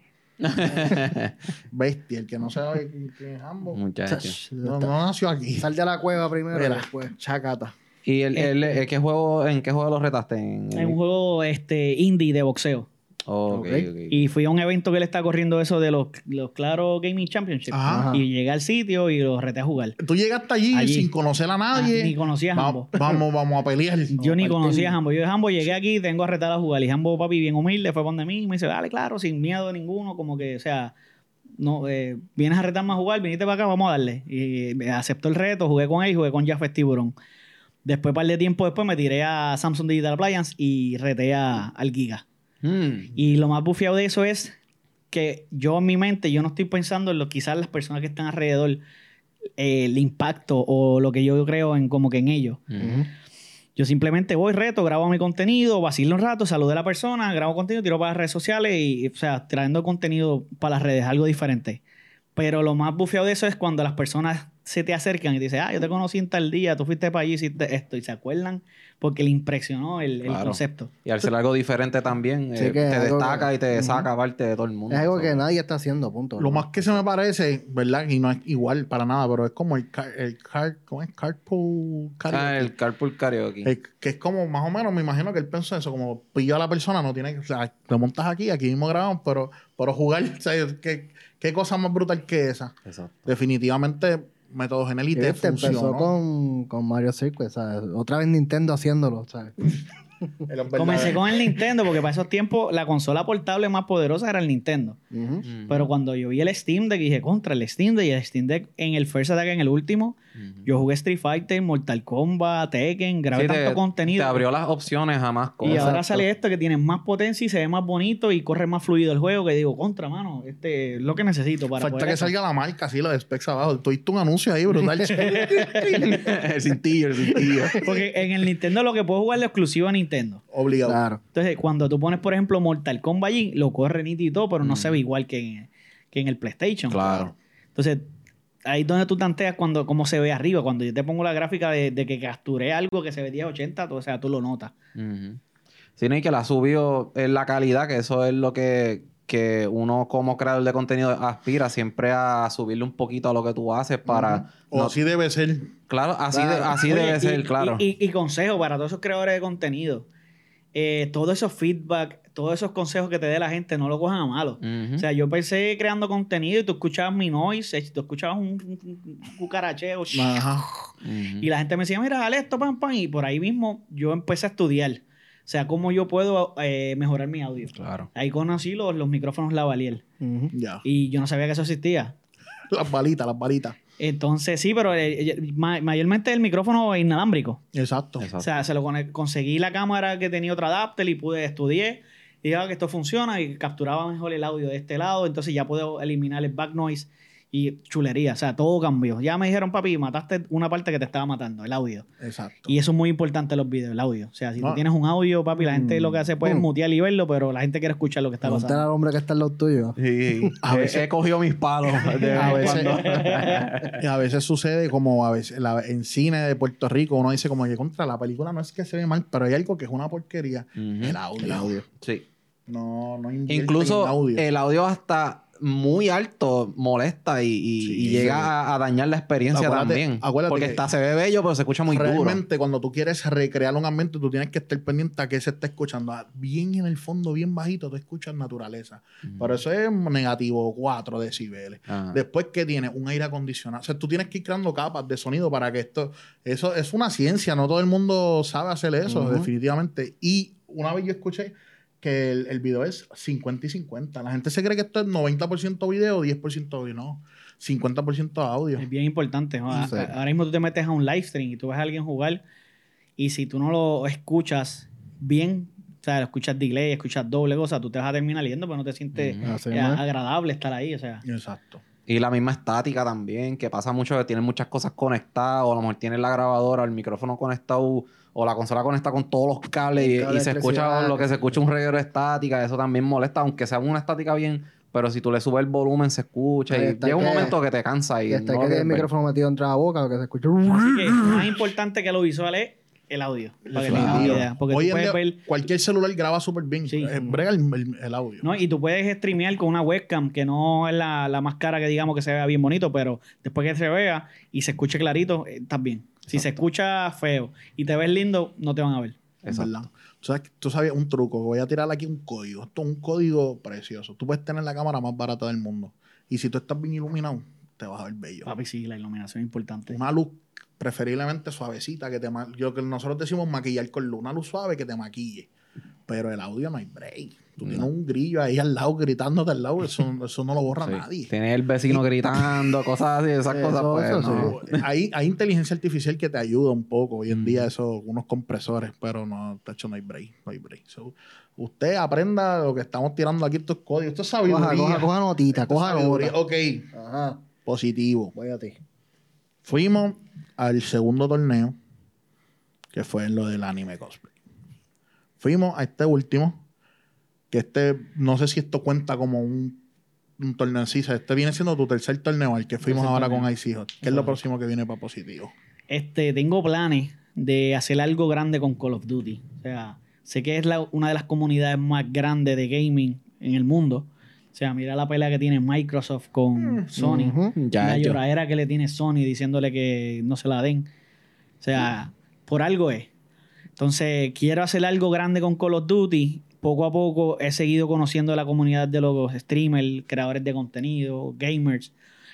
Bestia, el que no sabe quién es Hambo. Muchacho. No nació aquí. Sal de la cueva primero. Mira, después. Chacata. ¿Y ¿en qué juego lo retaste? En un juego indie de boxeo. Okay. Y fui a un evento que él está corriendo eso de los Claro Gaming Championship. Ajá. Y llegué al sitio y lo reté a jugar. Tú llegaste allí sin conocer a nadie. Ni conocía a Hambo. Vamos a pelear. Yo ni conocía a Hambo. Yo de Hambo llegué aquí, tengo a retar a jugar. Y Hambo, papi, bien humilde, fue donde mí y me dice, dale, claro, sin miedo ninguno. Como que, o sea, no, vienes a retarme a jugar, viniste para acá, vamos a darle. Y aceptó el reto, jugué con él y jugué con Jafet Tiburón. Después, un par de tiempo después, me tiré a Samsung Digital Appliance y reté al Giga. Y lo más bufiado de eso es que yo en mi mente, yo no estoy pensando en quizás las personas que están alrededor, el impacto o lo que yo creo en como que en ellos. Yo simplemente voy, reto, grabo mi contenido, vacilo un rato, saludo a la persona, grabo contenido, tiro para las redes sociales y, o sea, trayendo contenido para las redes, algo diferente. Pero lo más bufiado de eso es cuando las personas se te acercan y te dicen, yo te conocí en tal día, tú fuiste para allí, hiciste esto, y se acuerdan porque le impresionó el concepto. Y al ser algo diferente también, te destaca y te saca aparte de todo el mundo. Es algo que nadie está haciendo, punto. Lo más que se me parece, ¿verdad? Y no es igual para nada, pero es como ¿cómo es? Carpool Karaoke. El Carpool Karaoke. Que es como, más o menos, me imagino que él pensó eso, como pillo a la persona, no tiene que, o sea, te montas aquí mismo grabamos, pero jugar, o sea, ¿qué cosa más brutal que esa? Exacto. Definitivamente método Genelite funcionó. Empezó con Mario Circuit, ¿sabes? Otra vez Nintendo haciéndolo, ¿sabes? Comencé con el Nintendo porque para esos tiempos la consola portable más poderosa era el Nintendo. Pero cuando yo vi el Steam Deck, dije, contra el Steam Deck, y el Steam Deck en el First Attack, en el último, yo jugué Street Fighter, Mortal Kombat, Tekken, grabé tanto contenido. Te abrió las opciones a más cosas. Y ahora sale esto que tiene más potencia y se ve más bonito y corre más fluido el juego, que digo, contra, mano, es lo que necesito para Falta que salga la marca, así, los specs abajo. Tuviste un anuncio ahí, brutal. el cintillo. Porque en el Nintendo lo que puedo jugar es exclusivo a Nintendo. Obligado. Claro. Entonces, cuando tú pones, por ejemplo, Mortal Kombat allí, lo corre nítido y todo, pero no se ve igual que en el PlayStation. Claro. Entonces, ahí es donde tú tanteas cómo se ve arriba. Cuando yo te pongo la gráfica de que capturé algo que se ve 1080, o sea, tú lo notas. Sí, no, y que la subió en la calidad, que eso es lo que uno como creador de contenido aspira siempre a subirle un poquito a lo que tú haces para... O así debe ser. Claro, así Oye, debe ser, claro. Y consejo para todos esos creadores de contenido. Todos esos feedback, todos esos consejos que te dé la gente, no lo cojan a malo. O sea, yo empecé creando contenido y tú escuchabas mi noise, tú escuchabas un cucaracheo. Ajá. Y la gente me decía, mira, dale esto, pam, pam. Y por ahí mismo yo empecé a estudiar. O sea, cómo yo puedo mejorar mi audio. Claro. Ahí conocí los micrófonos Lavalier. Ya. Y yo no sabía que eso existía. Las balitas. Entonces, sí, pero mayormente el micrófono inalámbrico. Exacto. O sea, conseguí la cámara que tenía otra adapter y estudié. Y dije que esto funciona y capturaba mejor el audio de este lado. Entonces ya puedo eliminar el back noise y chulería. O sea, todo cambió. Ya me dijeron, papi, mataste una parte que te estaba matando, el audio. Exacto. Y eso es muy importante en los videos, el audio. O sea, si tú tienes un audio, papi, la gente lo que hace puede mutear y verlo, pero la gente quiere escuchar lo que está pasando. al hombre que está al lado tuyo. Sí. A veces he cogido mis palos. A veces sucede como en cine de Puerto Rico uno dice como que contra la película no es que se ve mal, pero hay algo que es una porquería. El audio. Sí. No invierten Incluso en audio. el audio hasta muy alto molesta y llega a dañar la experiencia también. Porque se ve bello, pero se escucha muy duro. Realmente, cuando tú quieres recrear un ambiente, tú tienes que estar pendiente a qué se está escuchando. Bien en el fondo, bien bajito, tú escuchas naturaleza. Pero eso es negativo 4 decibeles. Después, ¿qué tienes? Un aire acondicionado. O sea, tú tienes que ir creando capas de sonido para que eso es una ciencia. No todo el mundo sabe hacer eso, definitivamente. Y una vez yo escuché que el video es 50 y 50. La gente se cree que esto es 90% video, 10% audio. No, 50% audio. Es bien importante, ¿no? Ahora mismo tú te metes a un live stream y tú ves a alguien jugar y si tú no lo escuchas bien, o sea, lo escuchas delay, escuchas doble cosa, tú te vas a terminar leyendo, pero no te sientes agradable estar ahí, o sea. Exacto. Y la misma estática también, que pasa mucho que tienen muchas cosas conectadas, o a lo mejor tienen la grabadora, el micrófono conectado, o la consola conectada con todos los cables y se escucha lo que se escucha un reguero de estática. Eso también molesta, aunque sea una estática bien, pero si tú le subes el volumen se escucha y llega un momento que te cansa. Y hasta que el micrófono metido entre la boca, lo que se escucha. Así que más importante que lo visual es el audio. Para que tengas una idea. Porque hoy en día, cualquier celular graba súper bien. Sí. Brega el audio. No, y tú puedes streamear con una webcam que no es la más cara que digamos que se vea bien bonito, pero después que se vea y se escuche clarito, estás bien. Exacto. Si se escucha feo y te ves lindo, no te van a ver. Es verdad. Tú sabías un truco. Voy a tirar aquí un código. Esto es un código precioso. Tú puedes tener la cámara más barata del mundo. Y si tú estás bien iluminado, te vas a ver bello. Papi, sí, la iluminación es importante. Una luz preferiblemente suavecita, que nosotros decimos maquillar con luz, una luz suave que te maquille. Pero el audio no hay break. Tú tienes un grillo ahí al lado gritándote al lado, eso no lo borra nadie. Tienes el vecino gritando, cosas así, esas cosas. Pues, no. Hay inteligencia artificial que te ayuda un poco. Hoy en día unos compresores, pero no, de hecho no hay break. Usted aprenda lo que estamos tirando aquí, estos códigos. Esto es sabiduría. Coja notita, coja nota. Ok. Ajá. Positivo. Voy a ti. Fuimos al segundo torneo, que fue lo del anime cosplay. Fuimos a este último, que no sé si esto cuenta como un torneo en sí. Viene siendo tu tercer torneo, al que fuimos ahora con Icy Hot. ¿Qué es lo próximo que viene para positivo? Tengo planes de hacer algo grande con Call of Duty. O sea, sé que es una de las comunidades más grandes de gaming en el mundo. O sea, mira la pelea que tiene Microsoft con Sony. La lloradera que le tiene Sony diciéndole que no se la den. O sea, por algo es. Entonces, quiero hacer algo grande con Call of Duty. Poco a poco he seguido conociendo la comunidad de los streamers, creadores de contenido, gamers.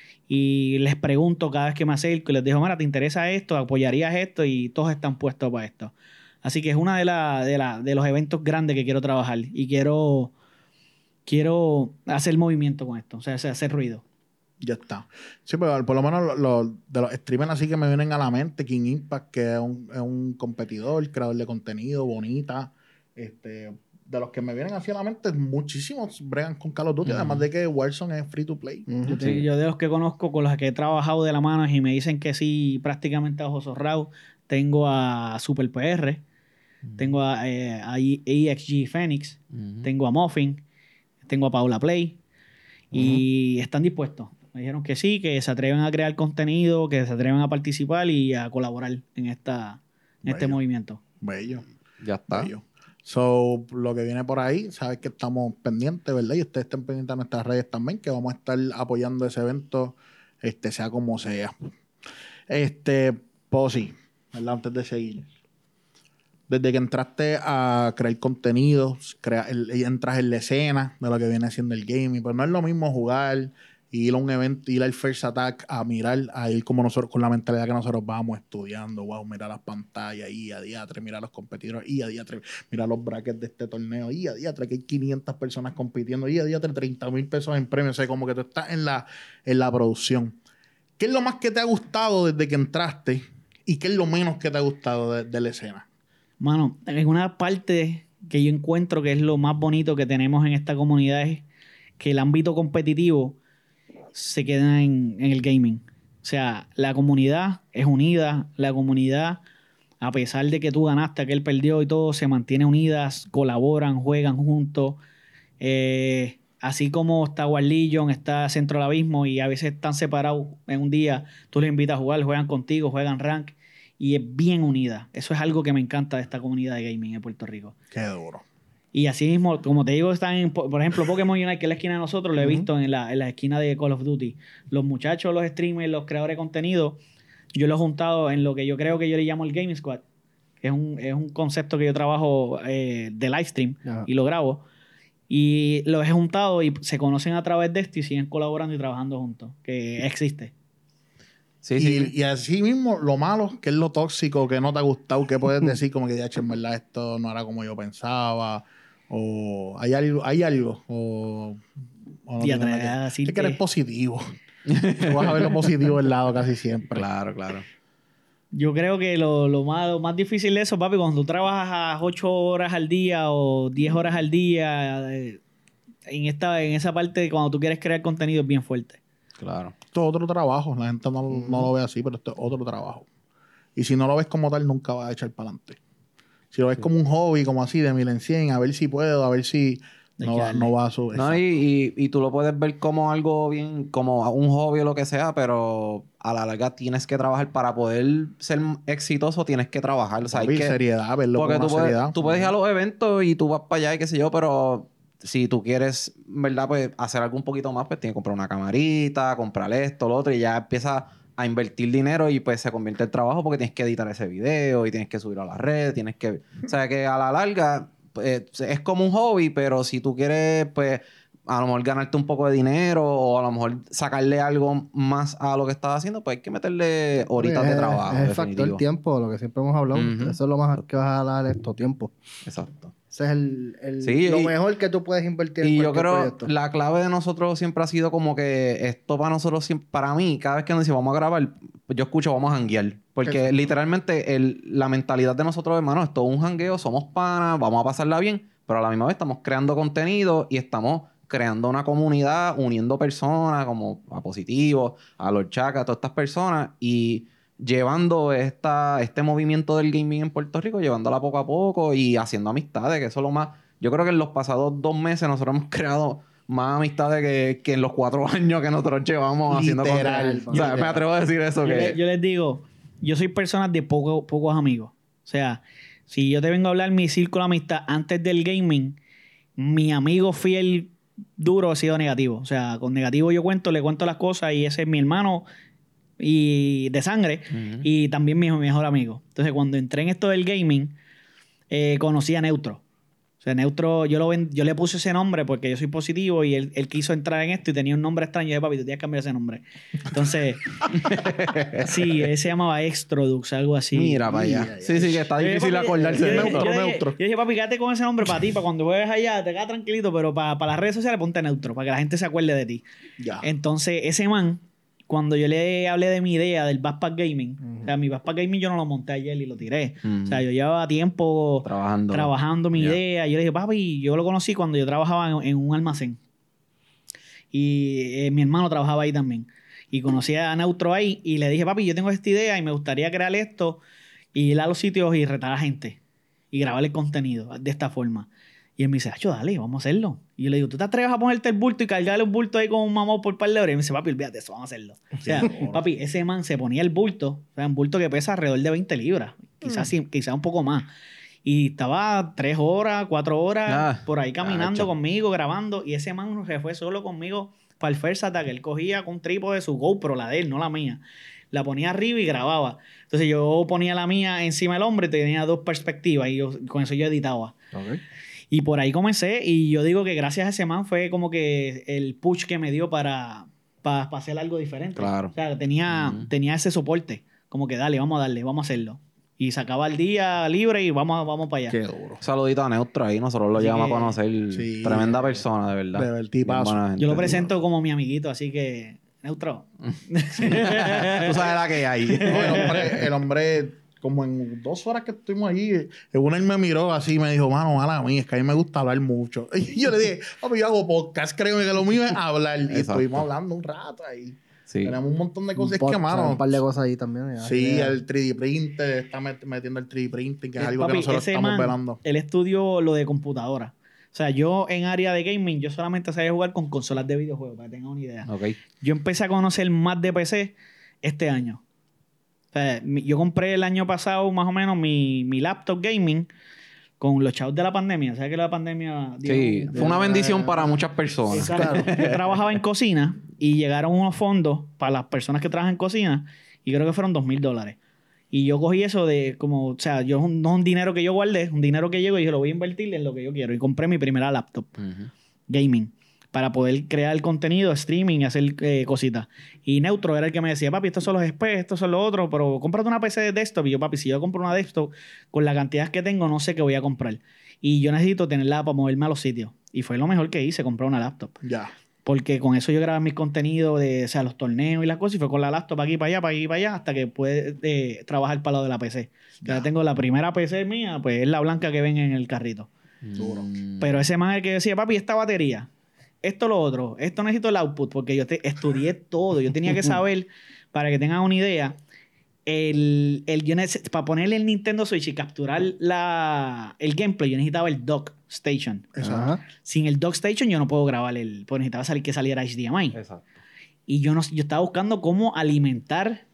Y les pregunto cada vez que me acerco y les digo, mira, ¿te interesa esto? ¿Apoyarías esto? Y todos están puestos para esto. Así que es una de los eventos grandes que quiero trabajar y quiero hacer movimiento con esto, o sea, hacer ruido. Ya está. Sí, pero por lo menos de los streamers así que me vienen a la mente, King Impact, que es un competidor, creador de contenido, bonita. De los que me vienen así a la mente, muchísimos bregan con Call of Duty, además de que Warzone es free to play. Yo de los que conozco, con los que he trabajado de la mano y me dicen que sí, prácticamente a ojos cerrados, tengo a Super PR, tengo a EXG Phoenix, tengo a Muffin, tengo a Paula Play y están dispuestos. Me dijeron que sí, que se atreven a crear contenido, que se atreven a participar y a colaborar en este movimiento. Bello. Ya está. Bello. So, lo que viene por ahí, sabes que estamos pendientes, ¿verdad? Y ustedes estén pendientes de nuestras redes también, que vamos a estar apoyando ese evento, sea como sea. Posi, ¿verdad? Antes de seguir. Desde que entraste a crear contenido, entras en la escena de lo que viene siendo el gaming, pero no es lo mismo jugar, ir a un evento, ir al First Attack a mirar, a ir como nosotros, con la mentalidad que nosotros vamos estudiando, wow, mirar las pantallas, y a diatre, mirar los competidores, y a diatre, mirar los brackets de este torneo, y a diatre, que hay 500 personas compitiendo, y a diatre, 30,000 pesos en premios, o sea, como que tú estás en la producción. ¿Qué es lo más que te ha gustado desde que entraste? ¿Y qué es lo menos que te ha gustado de la escena? Mano, en una parte que yo encuentro que es lo más bonito que tenemos en esta comunidad es que el ámbito competitivo se queda en el gaming. O sea, la comunidad es unida, la comunidad, a pesar de que tú ganaste, que él perdió y todo, se mantiene unidas, colaboran, juegan juntos. Así como está War Legion, está Centro del Abismo y a veces están separados en un día, tú les invitas a jugar, juegan contigo, juegan rank y es bien unida. Eso es algo que me encanta de esta comunidad de gaming en Puerto Rico. Qué duro. Y así mismo, como te digo, están por ejemplo, Pokémon Unite, que es la esquina de nosotros, lo he visto en la esquina de Call of Duty. Los muchachos, los streamers, los creadores de contenido, yo los he juntado en lo que yo creo que yo le llamo el Gaming Squad, que es un concepto que yo trabajo de live stream y lo grabo. Y los he juntado y se conocen a través de esto y siguen colaborando y trabajando juntos, que existe. Sí. Y así mismo, lo malo, que es lo tóxico, que no te ha gustado, que puedes decir como que, en verdad, esto no era como yo pensaba, o hay algo, o no es que eres positivo. Tú vas a ver lo positivo del lado casi siempre. Claro. Yo creo que lo más difícil de eso, papi, cuando tú trabajas 8 horas al día o 10 horas al día, en esa parte de cuando tú quieres crear contenido es bien fuerte. Claro. Esto es otro trabajo. La gente no lo ve así, pero esto es otro trabajo. Y si no lo ves como tal, nunca vas a echar para adelante. Si lo ves como un hobby, como así, de 1000 en 100, a ver si puedo, a ver si no va a subir. No, y tú lo puedes ver como algo bien, como un hobby o lo que sea, pero a la larga tienes que trabajar para poder ser exitoso, tienes que trabajar. O sea, hay que seriedad, verlo porque con seriedad. Tú puedes ir a los eventos y tú vas para allá y qué sé yo, pero si tú quieres, ¿verdad? Pues hacer algo un poquito más, pues tienes que comprar una camarita, comprar esto, lo otro, y ya empiezas a invertir dinero y pues se convierte en trabajo porque tienes que editar ese video y tienes que subirlo a la red, o sea que a la larga pues, es como un hobby, pero si tú quieres pues a lo mejor ganarte un poco de dinero o a lo mejor sacarle algo más a lo que estás haciendo, pues hay que meterle horitas de trabajo. Es el factor tiempo, lo que siempre hemos hablado. Eso es lo más que vas a dar esto, tiempo. Exacto. Ese es lo mejor que tú puedes invertir en cualquier proyecto. La clave de nosotros siempre ha sido como que esto para nosotros, para mí, cada vez que nos decimos vamos a grabar, yo escucho vamos a janguear. Porque literalmente la mentalidad de nosotros, hermano, esto es un jangueo, somos panas, vamos a pasarla bien, pero a la misma vez estamos creando contenido y estamos creando una comunidad, uniendo personas como a Positivos, a los Chacas, a todas estas personas y llevando este movimiento del gaming en Puerto Rico, llevándola poco a poco y haciendo amistades, que eso es lo más... Yo creo que en los pasados 2 meses nosotros hemos creado más amistades que en los 4 años que nosotros llevamos haciendo contenido. O sea, me atrevo a decir eso. Yo les digo, yo soy persona de pocos amigos. O sea, si yo te vengo a hablar mi círculo de amistad antes del gaming, mi amigo fiel duro ha sido Negativo. O sea, con Negativo le cuento las cosas y ese es mi hermano y de sangre y también mi mejor amigo. Entonces, cuando entré en esto del gaming, conocí a Neutro. O sea, Neutro, yo le puse ese nombre porque yo soy positivo y él quiso entrar en esto y tenía un nombre extraño. Y yo dije, papi, tú tienes que cambiar ese nombre. Entonces, sí, él se llamaba Extrodux, algo así. Mira para allá. Sí, que está difícil acordarse de Neutro. Yo dije, papi, quédate con ese nombre para ti, para cuando juegues allá, te quedas tranquilito, pero para las redes sociales ponte Neutro, para que la gente se acuerde de ti. Ya. Entonces, ese man, cuando yo le hablé de mi idea del Backpack Gaming, o sea, mi Backpack Gaming yo no lo monté ayer y lo tiré. O sea, yo llevaba tiempo trabajando mi idea. Yo le dije, papi, yo lo conocí cuando yo trabajaba en un almacén. Y mi hermano trabajaba ahí también. Y conocí a Neutro ahí y le dije, papi, yo tengo esta idea y me gustaría crear esto y ir a los sitios y retar a la gente y grabar el contenido de esta forma. Y él me dice, acho, dale, vamos a hacerlo. Y yo le digo, ¿tú te atreves a ponerte el bulto y cargarle un bulto ahí con un mamón por par de horas? Y me dice, papi, olvídate eso, vamos a hacerlo. O sea, papi, ese man se ponía el bulto, o sea, un bulto que pesa alrededor de 20 libras, quizás un poco más. Y estaba 3 horas, 4 horas por ahí caminando conmigo, grabando. Y ese man se fue solo conmigo para el First Attack. Él cogía con trípode de su GoPro, la de él, no la mía. La ponía arriba y grababa. Entonces yo ponía la mía encima del hombro y tenía 2 perspectivas. Y con eso yo editaba. Okay. Y por ahí comencé. Y yo digo que gracias a ese man fue como que el push que me dio para hacer algo diferente. Claro. O sea, tenía ese soporte. Como que dale, vamos a darle, vamos a hacerlo. Y se acaba el día libre y vamos para allá. Qué duro. Saludito a Neutro ahí. Nosotros lo llegamos a conocer. Sí, tremenda persona, de verdad. De tipazo. Yo lo presento como mi amiguito, así que... Neutro. Sí. Tú sabes la que hay. No, el hombre, como en 2 horas que estuvimos allí, él me miró así y me dijo, mano, mala mía, es que a mí me gusta hablar mucho. Y yo le dije, papi, yo hago podcast, créeme que lo mío es hablar. Y estuvimos hablando un rato ahí. Sí. Tenemos un montón de cosas. Es que, mano... Un par de cosas ahí también. Sí, el 3D printer, está metiendo el 3D printing, que es algo que nosotros estamos velando. Él estudió lo de computadora. O sea, yo en área de gaming, yo solamente sabía jugar con consolas de videojuegos, para que tengan una idea. Okay. Yo empecé a conocer más de PC este año. O sea, yo compré el año pasado más o menos mi laptop gaming con los chavos de la pandemia. ¿Sabes que la pandemia... Sí, fue una bendición para muchas personas. Claro. Yo trabajaba en cocina y llegaron unos fondos para las personas que trabajan en cocina y creo que fueron $2,000. Y yo cogí eso de como, o sea, no es un dinero que yo guardé, un dinero que llego y dije, lo voy a invertir en lo que yo quiero. Y compré mi primera laptop gaming para poder crear contenido, streaming y hacer cositas. Y Neutro era el que me decía, papi, estos son los specs, estos son los otros, pero cómprate una PC de desktop. Y yo, papi, si yo compro una desktop, con la cantidad que tengo, no sé qué voy a comprar. Y yo necesito tenerla para moverme a los sitios. Y fue lo mejor que hice, comprar una laptop. Ya. Porque con eso yo grababa mis contenidos de, o sea, los torneos y las cosas, y fue con la laptop aquí para allá, para aquí para allá, hasta que pude trabajar para lo de la PC. Ya tengo la primera PC mía, pues es la blanca que ven en el carrito. Duro. Pero ese man es el que decía, papi, esta batería, esto lo otro, esto necesito el output, porque yo estudié todo. Yo tenía que saber, para que tengan una idea, para ponerle el Nintendo Switch y capturar el gameplay, yo necesitaba el dock station. Exacto. Sin el dock station yo no puedo grabar pues necesitaba que saliera HDMI. Exacto. Y yo estaba buscando cómo alimentar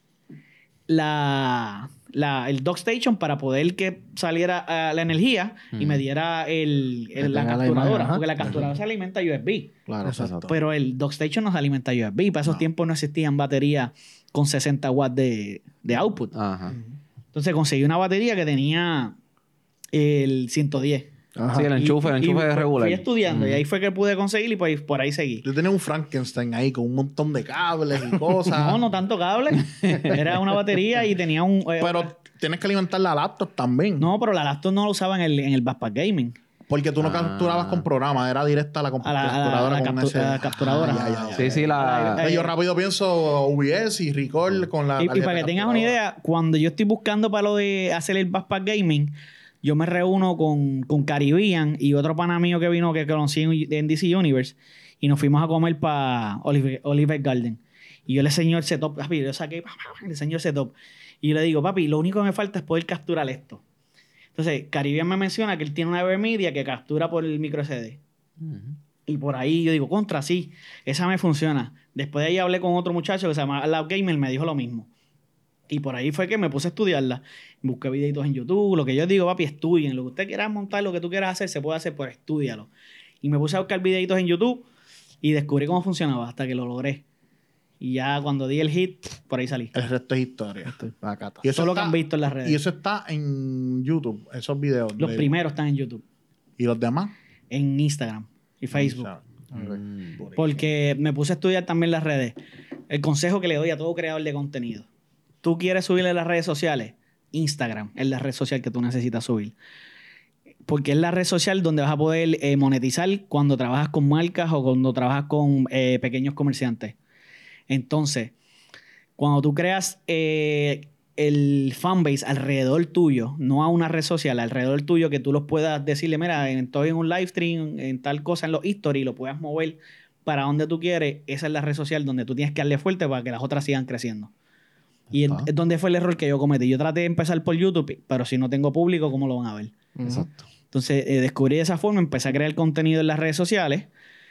el dock station para poder que saliera la energía y me diera la capturadora. Porque la capturadora se alimenta USB. Claro, exacto. Pero el dock station no se alimenta USB. Y para esos tiempos no existían baterías con 60 watts de output. Ajá. Entonces conseguí una batería que tenía el 110. Ajá. Sí, el enchufe de regular. Fui estudiando y ahí fue que pude conseguir y pues por ahí seguí. Yo tenía un Frankenstein ahí con un montón de cables y cosas. No tanto cable. Era una batería y tenía un... pero tienes que alimentar la laptop también. No, pero la laptop no la usaba en el Backpack Gaming. Porque tú no capturabas con programa, era directa a la capturadora. La capturadora. Sí. Yo rápido pienso OBS y Record con la... Y para que tengas una idea, cuando yo estoy buscando para lo de hacer el Backpack Gaming, yo me reúno con Caribbean y otro pana mío que vino que conocí en DC Universe y nos fuimos a comer para Oliver Garden. Y yo le enseño el setup, papi, le enseño el setup. Y yo le digo, papi, lo único que me falta es poder capturar esto. Entonces, Caribbean me menciona que él tiene una Evermedia que captura por el micro SD. Y por ahí yo digo, contra, sí, esa me funciona. Después de ahí hablé con otro muchacho que se llama Lab Gamer, me dijo lo mismo. Y por ahí fue que me puse a estudiarla. Busqué videitos en YouTube. Lo que yo digo, papi, estudien. Lo que usted quiera montar, lo que tú quieras hacer, se puede hacer, pues estúdialo. Y me puse a buscar videitos en YouTube y descubrí cómo funcionaba hasta que lo logré. Y ya cuando di el hit, por ahí salí. El resto es historia. Y eso es lo que han visto en las redes. Y eso está en YouTube, esos videos. Los primeros están en YouTube. ¿Y los demás? En Instagram y Facebook. Porque me puse a estudiar también las redes. El consejo que le doy a todo creador de contenido. ¿Tú quieres subirle a las redes sociales? Instagram es la red social que tú necesitas subir. Porque es la red social donde vas a poder monetizar cuando trabajas con marcas o cuando trabajas con pequeños comerciantes. Entonces, cuando tú creas el fanbase alrededor tuyo, no a una red social, alrededor tuyo, que tú los puedas decirle, mira, estoy en un live stream, en tal cosa, en los stories, lo puedas mover para donde tú quieres, esa es la red social donde tú tienes que darle fuerte para que las otras sigan creciendo. Y es donde fue el error que yo cometí. Yo traté de empezar por YouTube, pero si no tengo público, ¿cómo lo van a ver? Exacto. Entonces, descubrí de esa forma, empecé a crear contenido en las redes sociales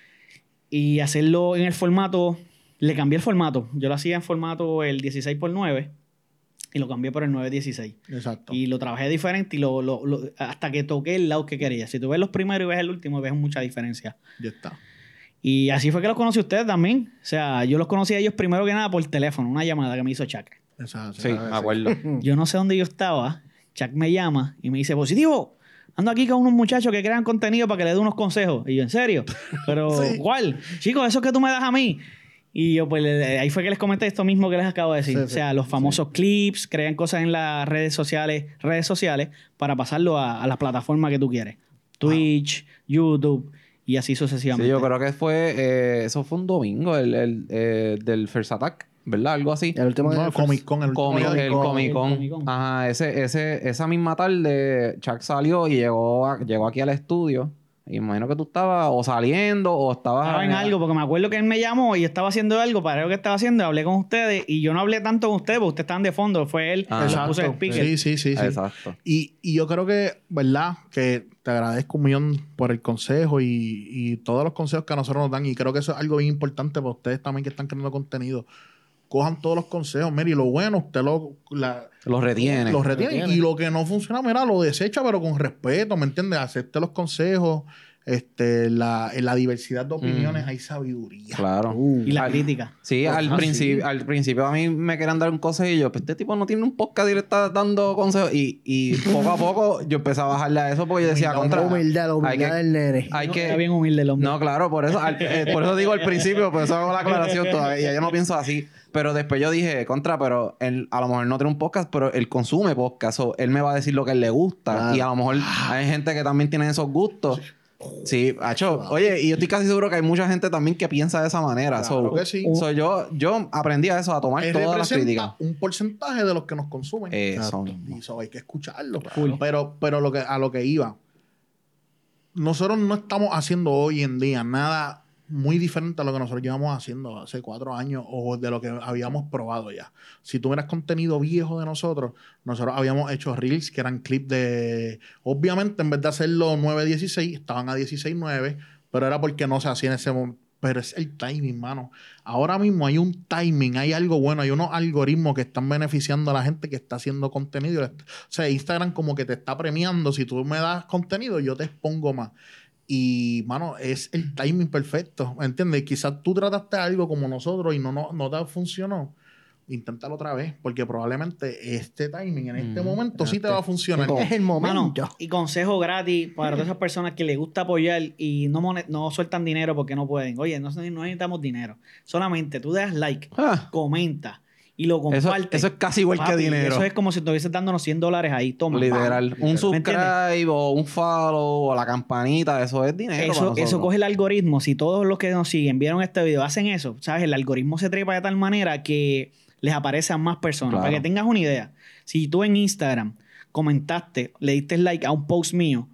y hacerlo en el formato... Le cambié el formato. Yo lo hacía en formato el 16:9 y lo cambié por el 9:16. Exacto. Y lo trabajé diferente y hasta que toqué el lado que quería. Si tú ves los primeros y ves el último, ves mucha diferencia. Ya está. Y así fue que los conocí a ustedes también. O sea, yo los conocí a ellos primero que nada por teléfono, una llamada que me hizo Chuck. Exacto. Sí, me acuerdo. Yo no sé dónde yo estaba. Chuck me llama y me dice, Positivo, ando aquí con unos muchachos que crean contenido para que le dé unos consejos. Y yo, ¿en serio? Pero, ¿cuál? Chicos, eso que tú me das a mí. Y yo, pues, ahí fue que les comenté esto mismo que les acabo de decir. Sí, o sea, los famosos clips, crean cosas en las redes sociales para pasarlo a las plataformas que tú quieres. Twitch, YouTube y así sucesivamente. Sí, yo creo que eso fue un domingo, el del First Attack, ¿verdad? Algo así. El último No, de el Comic Con. El Comic Con. Ajá, esa misma tarde Chuck salió y llegó aquí al estudio. Y imagino que tú estabas o saliendo o Estaba en algo, porque me acuerdo que él me llamó y estaba haciendo algo para lo que estaba haciendo. Hablé con ustedes y yo no hablé tanto con ustedes porque ustedes estaban de fondo. Fue él que lo puso el speaker. Sí. Exacto. Y yo creo que, ¿verdad? Que te agradezco un millón por el consejo y todos los consejos que a nosotros nos dan. Y creo que eso es algo bien importante para ustedes también que están creando contenido. Cojan todos los consejos. Mire, y lo bueno, usted Los retiene. Los retiene. Y lo que no funciona, mira, lo desecha, pero con respeto, ¿me entiendes? Acepte los consejos. En la diversidad de opiniones hay sabiduría. Claro. Y la crítica. Sí, al principio a mí me querían dar un consejillo. Pues este tipo no tiene un podcast y le está dando consejos. Y poco a poco yo empecé a bajarle a eso porque yo decía, la humildad del nene. Está bien humilde el hombre. No, claro, por eso digo al principio, por eso hago la aclaración todavía. Yo no pienso así. Pero después yo dije, pero él a lo mejor no tiene un podcast, pero él consume podcast. O él me va a decir lo que a él le gusta. Claro. Y a lo mejor hay gente que también tiene esos gustos. Sí, Acho. Oye, y yo estoy casi seguro que hay mucha gente también que piensa de esa manera. Claro que sí. Yo aprendí a eso, a tomar todas las críticas. Un porcentaje de los que nos consumen. Eso. Y eso hay que escucharlo. Claro. Pero a lo que iba. Nosotros no estamos haciendo hoy en día nada muy diferente a lo que nosotros llevamos haciendo hace 4 años o de lo que habíamos probado ya. Si tú miras contenido viejo de nosotros habíamos hecho reels que eran clips de... Obviamente, en vez de hacerlo 9:16, estaban a 16:9, pero era porque no se hacía en ese momento. Pero es el timing, mano. Ahora mismo hay un timing, hay algo bueno, hay unos algoritmos que están beneficiando a la gente que está haciendo contenido. O sea, Instagram como que te está premiando. Si tú me das contenido, yo te expongo más. Y, mano, es el timing perfecto, ¿me entiendes? Quizás tú trataste algo como nosotros y no te funcionó. Inténtalo otra vez, porque probablemente este timing en este momento sí te va a funcionar. Es el momento. Mano, y consejo gratis para todas esas personas que les gusta apoyar y no sueltan dinero porque no pueden. Oye, no necesitamos dinero. Solamente tú das like, comenta y lo compartes. Eso es casi igual que dinero. Eso es como si estuvieses dándonos $100 ahí. Toma. Literal. Un subscribe o un follow o la campanita. Eso es dinero. Eso coge el algoritmo. Si todos los que nos siguen vieron este video hacen eso, ¿sabes? El algoritmo se trepa de tal manera que les aparece a más personas. Claro. Para que tengas una idea. Si tú en Instagram comentaste, le diste like a un post mío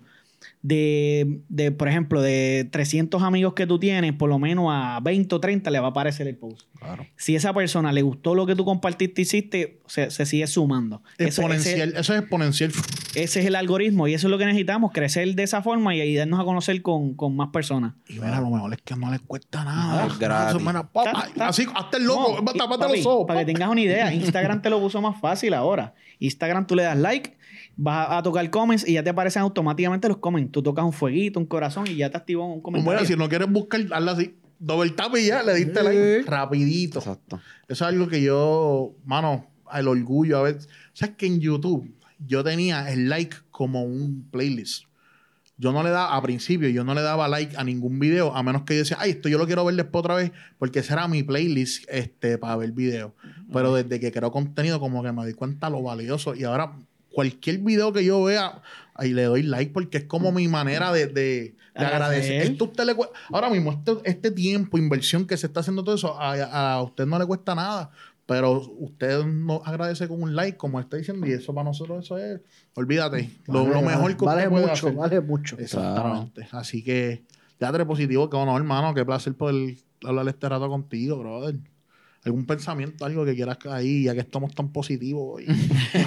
por ejemplo, de 300 amigos que tú tienes, por lo menos a 20 o 30 le va a aparecer el post. Claro. Si a esa persona le gustó lo que tú compartiste y hiciste, se sigue sumando. Exponencial. Eso es exponencial. Ese es el algoritmo y eso es lo que necesitamos, crecer de esa forma y darnos a conocer con más personas. Y mira, lo mejor es que no les cuesta nada. Es gratis. Así, hasta el loco. Tápate los ojos. Para que tengas una idea, Instagram te lo puso más fácil ahora. Instagram tú le das like, vas a tocar comments y ya te aparecen automáticamente los comments. Tú tocas un fueguito, un corazón y ya te activó un comentario. Bueno, si no quieres buscar, hazlo así. Double tap y ya, le diste like rapidito. Exacto. Eso es algo que yo, mano, el orgullo a ver. ¿Sabes que en YouTube yo tenía el like como un playlist? yo no le daba, a principio, yo no le daba like a ningún video, a menos que yo decía, ay, esto yo lo quiero ver después otra vez, porque esa era mi playlist para ver videos. Pero desde que creo contenido, como que me di cuenta lo valioso. Y ahora, cualquier video que yo vea, ahí le doy like, porque es como mi manera de agradecer. Esto usted le ahora mismo, este tiempo, inversión que se está haciendo todo eso, a usted no le cuesta nada. Pero usted nos agradece con un like, como está diciendo, y eso para nosotros eso es, olvídate, lo mejor que usted puede hacer. Vale mucho. Exactamente. Claro. Así que, teatro positivo, qué honor, hermano, qué placer poder hablar este rato contigo, brother. ¿Algún pensamiento, algo que quieras ahí, ya que estamos tan positivos hoy?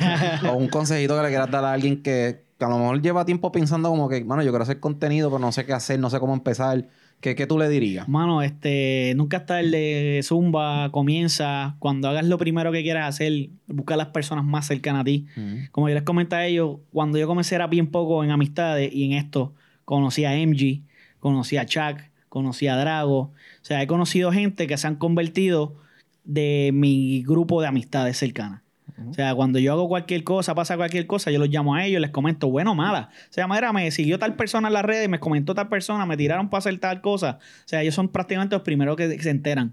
O un consejito que le quieras dar a alguien que a lo mejor lleva tiempo pensando como que, mano, yo quiero hacer contenido, pero no sé qué hacer, no sé cómo empezar. ¿Qué tú le dirías? Mano, nunca está el de zumba, comienza. Cuando hagas lo primero que quieras hacer, busca a las personas más cercanas a ti. Como yo les comenté a ellos, cuando yo comencé era bien poco en amistades y en esto conocí a MG, conocí a Chuck, conocí a Drago. O sea, he conocido gente que se han convertido de mi grupo de amistades cercanas. O sea, cuando yo hago cualquier cosa, pasa cualquier cosa, yo los llamo a ellos, les comento, bueno o mala. O sea, mira, me siguió tal persona en las redes, me comentó tal persona, me tiraron para hacer tal cosa. O sea, ellos son prácticamente los primeros que se enteran.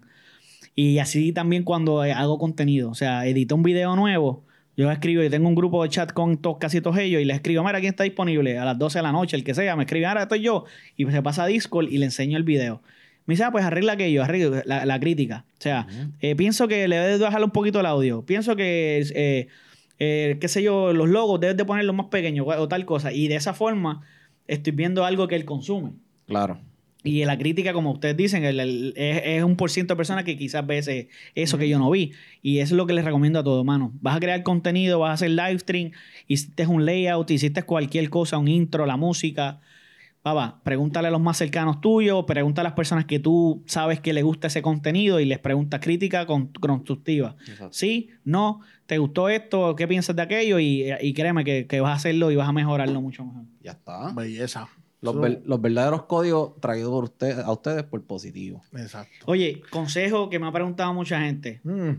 Y así también cuando hago contenido. O sea, edito un video nuevo, yo escribo, yo tengo un grupo de chat con casi todos ellos y les escribo, mira, ¿quién está disponible? A las 12 de la noche, el que sea, me escribe, ahora estoy yo. Y se pasa a Discord y le enseño el video. Me dice, pues arregla la crítica. O sea, pienso que le debes bajar un poquito el audio. Pienso que, qué sé yo, los logos debes de ponerlos más pequeños o tal cosa. Y de esa forma estoy viendo algo que él consume. Claro. Y la crítica, como ustedes dicen, es un % de personas que quizás ve eso que yo no vi. Y eso es lo que les recomiendo a todos, mano. Vas a crear contenido, vas a hacer live stream, hiciste un layout, hiciste cualquier cosa, un intro, la música. Papá, pregúntale a los más cercanos tuyos, pregunta a las personas que tú sabes que les gusta ese contenido y les preguntas crítica constructiva. Exacto. ¿Sí? ¿No? ¿Te gustó esto? ¿Qué piensas de aquello? Y créeme que vas a hacerlo y vas a mejorarlo mucho mejor. Ya está. Belleza. Los verdaderos códigos traídos por a ustedes por positivo. Exacto. Oye, consejo que me ha preguntado mucha gente.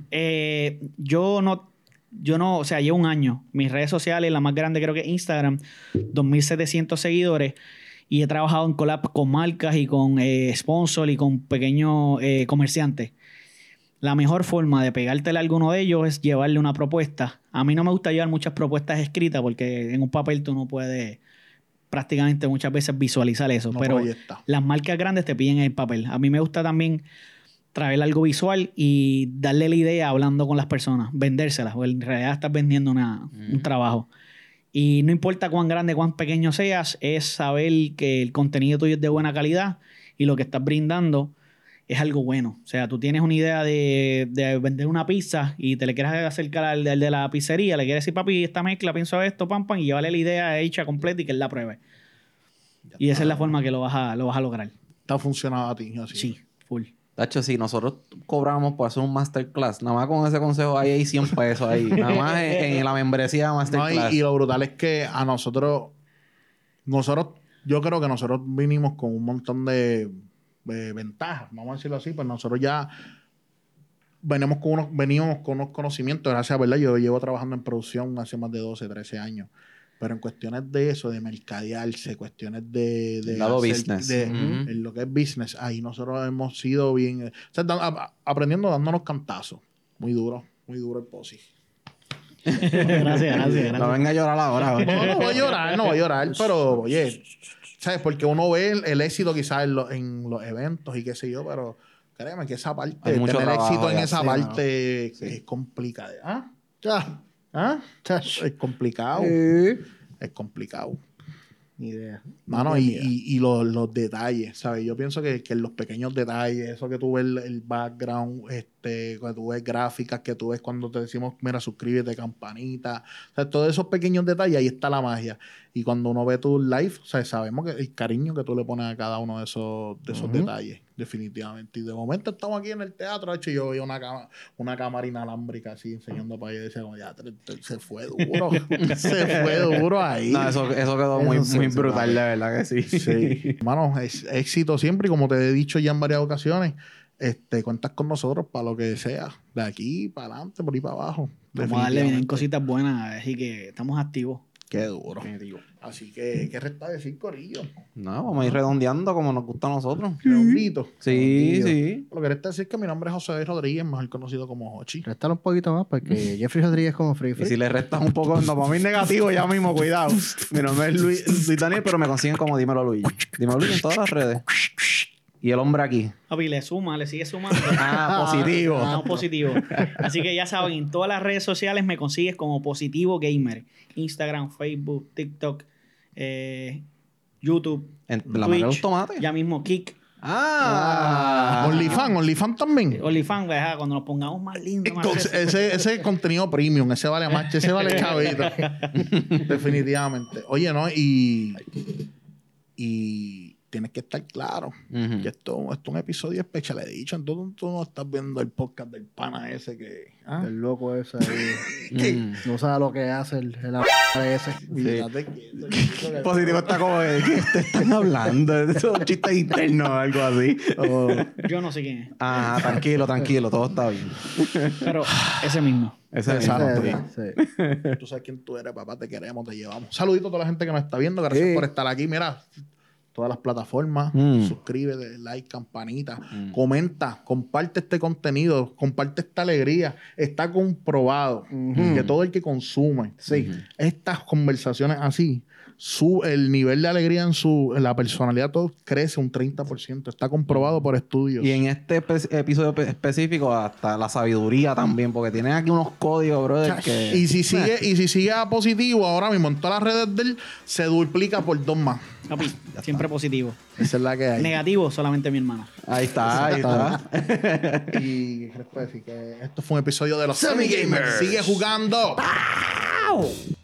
Yo no, o sea, llevo un año. Mis redes sociales, la más grande creo que es Instagram, 2,700 seguidores. Y he trabajado en collab con marcas y con sponsors y con pequeños comerciantes. La mejor forma de pegártela a alguno de ellos es llevarle una propuesta. A mí no me gusta llevar muchas propuestas escritas porque en un papel tú no puedes prácticamente muchas veces visualizar eso. No, pero las marcas grandes te piden el papel. A mí me gusta también traer algo visual y darle la idea hablando con las personas, vendérselas. Porque en realidad estás vendiendo un trabajo. Y no importa cuán grande, cuán pequeño seas, es saber que el contenido tuyo es de buena calidad y lo que estás brindando es algo bueno. O sea, tú tienes una idea de vender una pizza y te le quieres acercar al de la pizzería, le quieres decir, papi, esta mezcla, pienso esto, pam, pam, y llevarle la idea hecha completa y que él la pruebe. Y esa es la forma que lo vas a lograr. ¿Te ha funcionado a ti así? Sí, full. Tacho, si nosotros cobramos por hacer un masterclass, nada más con ese consejo hay 100 pesos ahí. Nada más en la membresía de masterclass. No, y lo brutal es que a nosotros, yo creo que nosotros vinimos con un montón de ventajas, vamos a decirlo así, pues nosotros ya venimos con unos conocimientos, gracias, ¿verdad? Yo llevo trabajando en producción hace más de 12, 13 años. Pero en cuestiones de eso, de mercadearse, cuestiones de lado business. En lo que es business, ahí nosotros hemos sido bien... O sea, aprendiendo, dándonos cantazos. Muy duro el posi. Gracias. No venga a llorar ahora. No voy a llorar, pero oye, ¿sabes? Porque uno ve el éxito quizás en los eventos y qué sé yo, pero créeme que esa parte, tener éxito en esa parte es complicada. Es complicado. Es complicado. Ni idea. Mano, y los detalles, ¿sabes? Yo pienso que en los pequeños detalles, eso que tú ves el background, que tú ves gráficas, que tú ves cuando te decimos, mira, suscríbete, campanita. O sea, todos esos pequeños detalles, ahí está la magia. Y cuando uno ve tu live, o sea, sabemos que el cariño que tú le pones a cada uno de esos detalles, definitivamente. Y de momento estamos aquí en el teatro, de hecho, yo vi una cámara inalámbrica así enseñando para allá y decía, como, ya, se fue duro. Se fue duro ahí. No, eso quedó muy brutal, de verdad que sí. Sí. Hermano, es éxito siempre y como te he dicho ya en varias ocasiones, cuentas con nosotros para lo que sea. De aquí para adelante, por ahí para abajo. Vamos a darle, vienen cositas buenas, así que estamos activos. Qué duro. Así que, ¿qué resta decir, corillo? No, vamos a ir redondeando como nos gusta a nosotros. Redondito. Sí, sí. Lo que resta decir que mi nombre es José Rodríguez, mejor conocido como Hochi. Réstalo un poquito más porque Jeffrey Rodríguez es como Free. Y si le restas un poco, no, para mí es negativo ya mismo, cuidado. Mi nombre es Luis Daniel, pero me consiguen como Dímelo Luis. Dímelo Luis en todas las redes. Y el hombre aquí. Papi, le sigue sumando. Positivo. No, positivo. Así que ya saben, en todas las redes sociales me consigues como Positivo Gamer. Instagram, Facebook, TikTok, YouTube, En Twitch, la marca de los tomates. ya mismo Kick. OnlyFans también. OnlyFans, cuando nos pongamos más lindos. Más Ese contenido premium, ese vale más, ese vale chavito. Definitivamente. Oye, ¿no? Y tienes que estar claro que esto es un episodio especial. Le he dicho, entonces tú no estás viendo el podcast del pana ese que... El loco ese ahí. No sabe lo que hace el ese. Positivo está como de ¿qué te están hablando? Eso es un chiste interno o algo así. Yo no sé quién es. Tranquilo, todo está bien. Pero ese mismo. Ese es Sí. Tú sabes quién tú eres, papá, te queremos, te llevamos. Saludito a toda la gente que nos está viendo, gracias por estar aquí. Mira, todas las plataformas, suscríbete, like, campanita, comenta, comparte este contenido, comparte esta alegría. Está comprobado que todo el que consume estas conversaciones así, el nivel de alegría en la personalidad todo crece un 30%. Está comprobado por estudios. Y en este episodio específico hasta la sabiduría también, porque tienen aquí unos códigos, brother, que... Y si sigue a positivo ahora mismo en todas las redes de él, se duplica por 2 más. Papi, siempre positivo. Esa es la que hay. Negativo, solamente mi hermano. Ahí está. Y les puedo decir que esto fue un episodio de los Semi Gamers. Sigue jugando.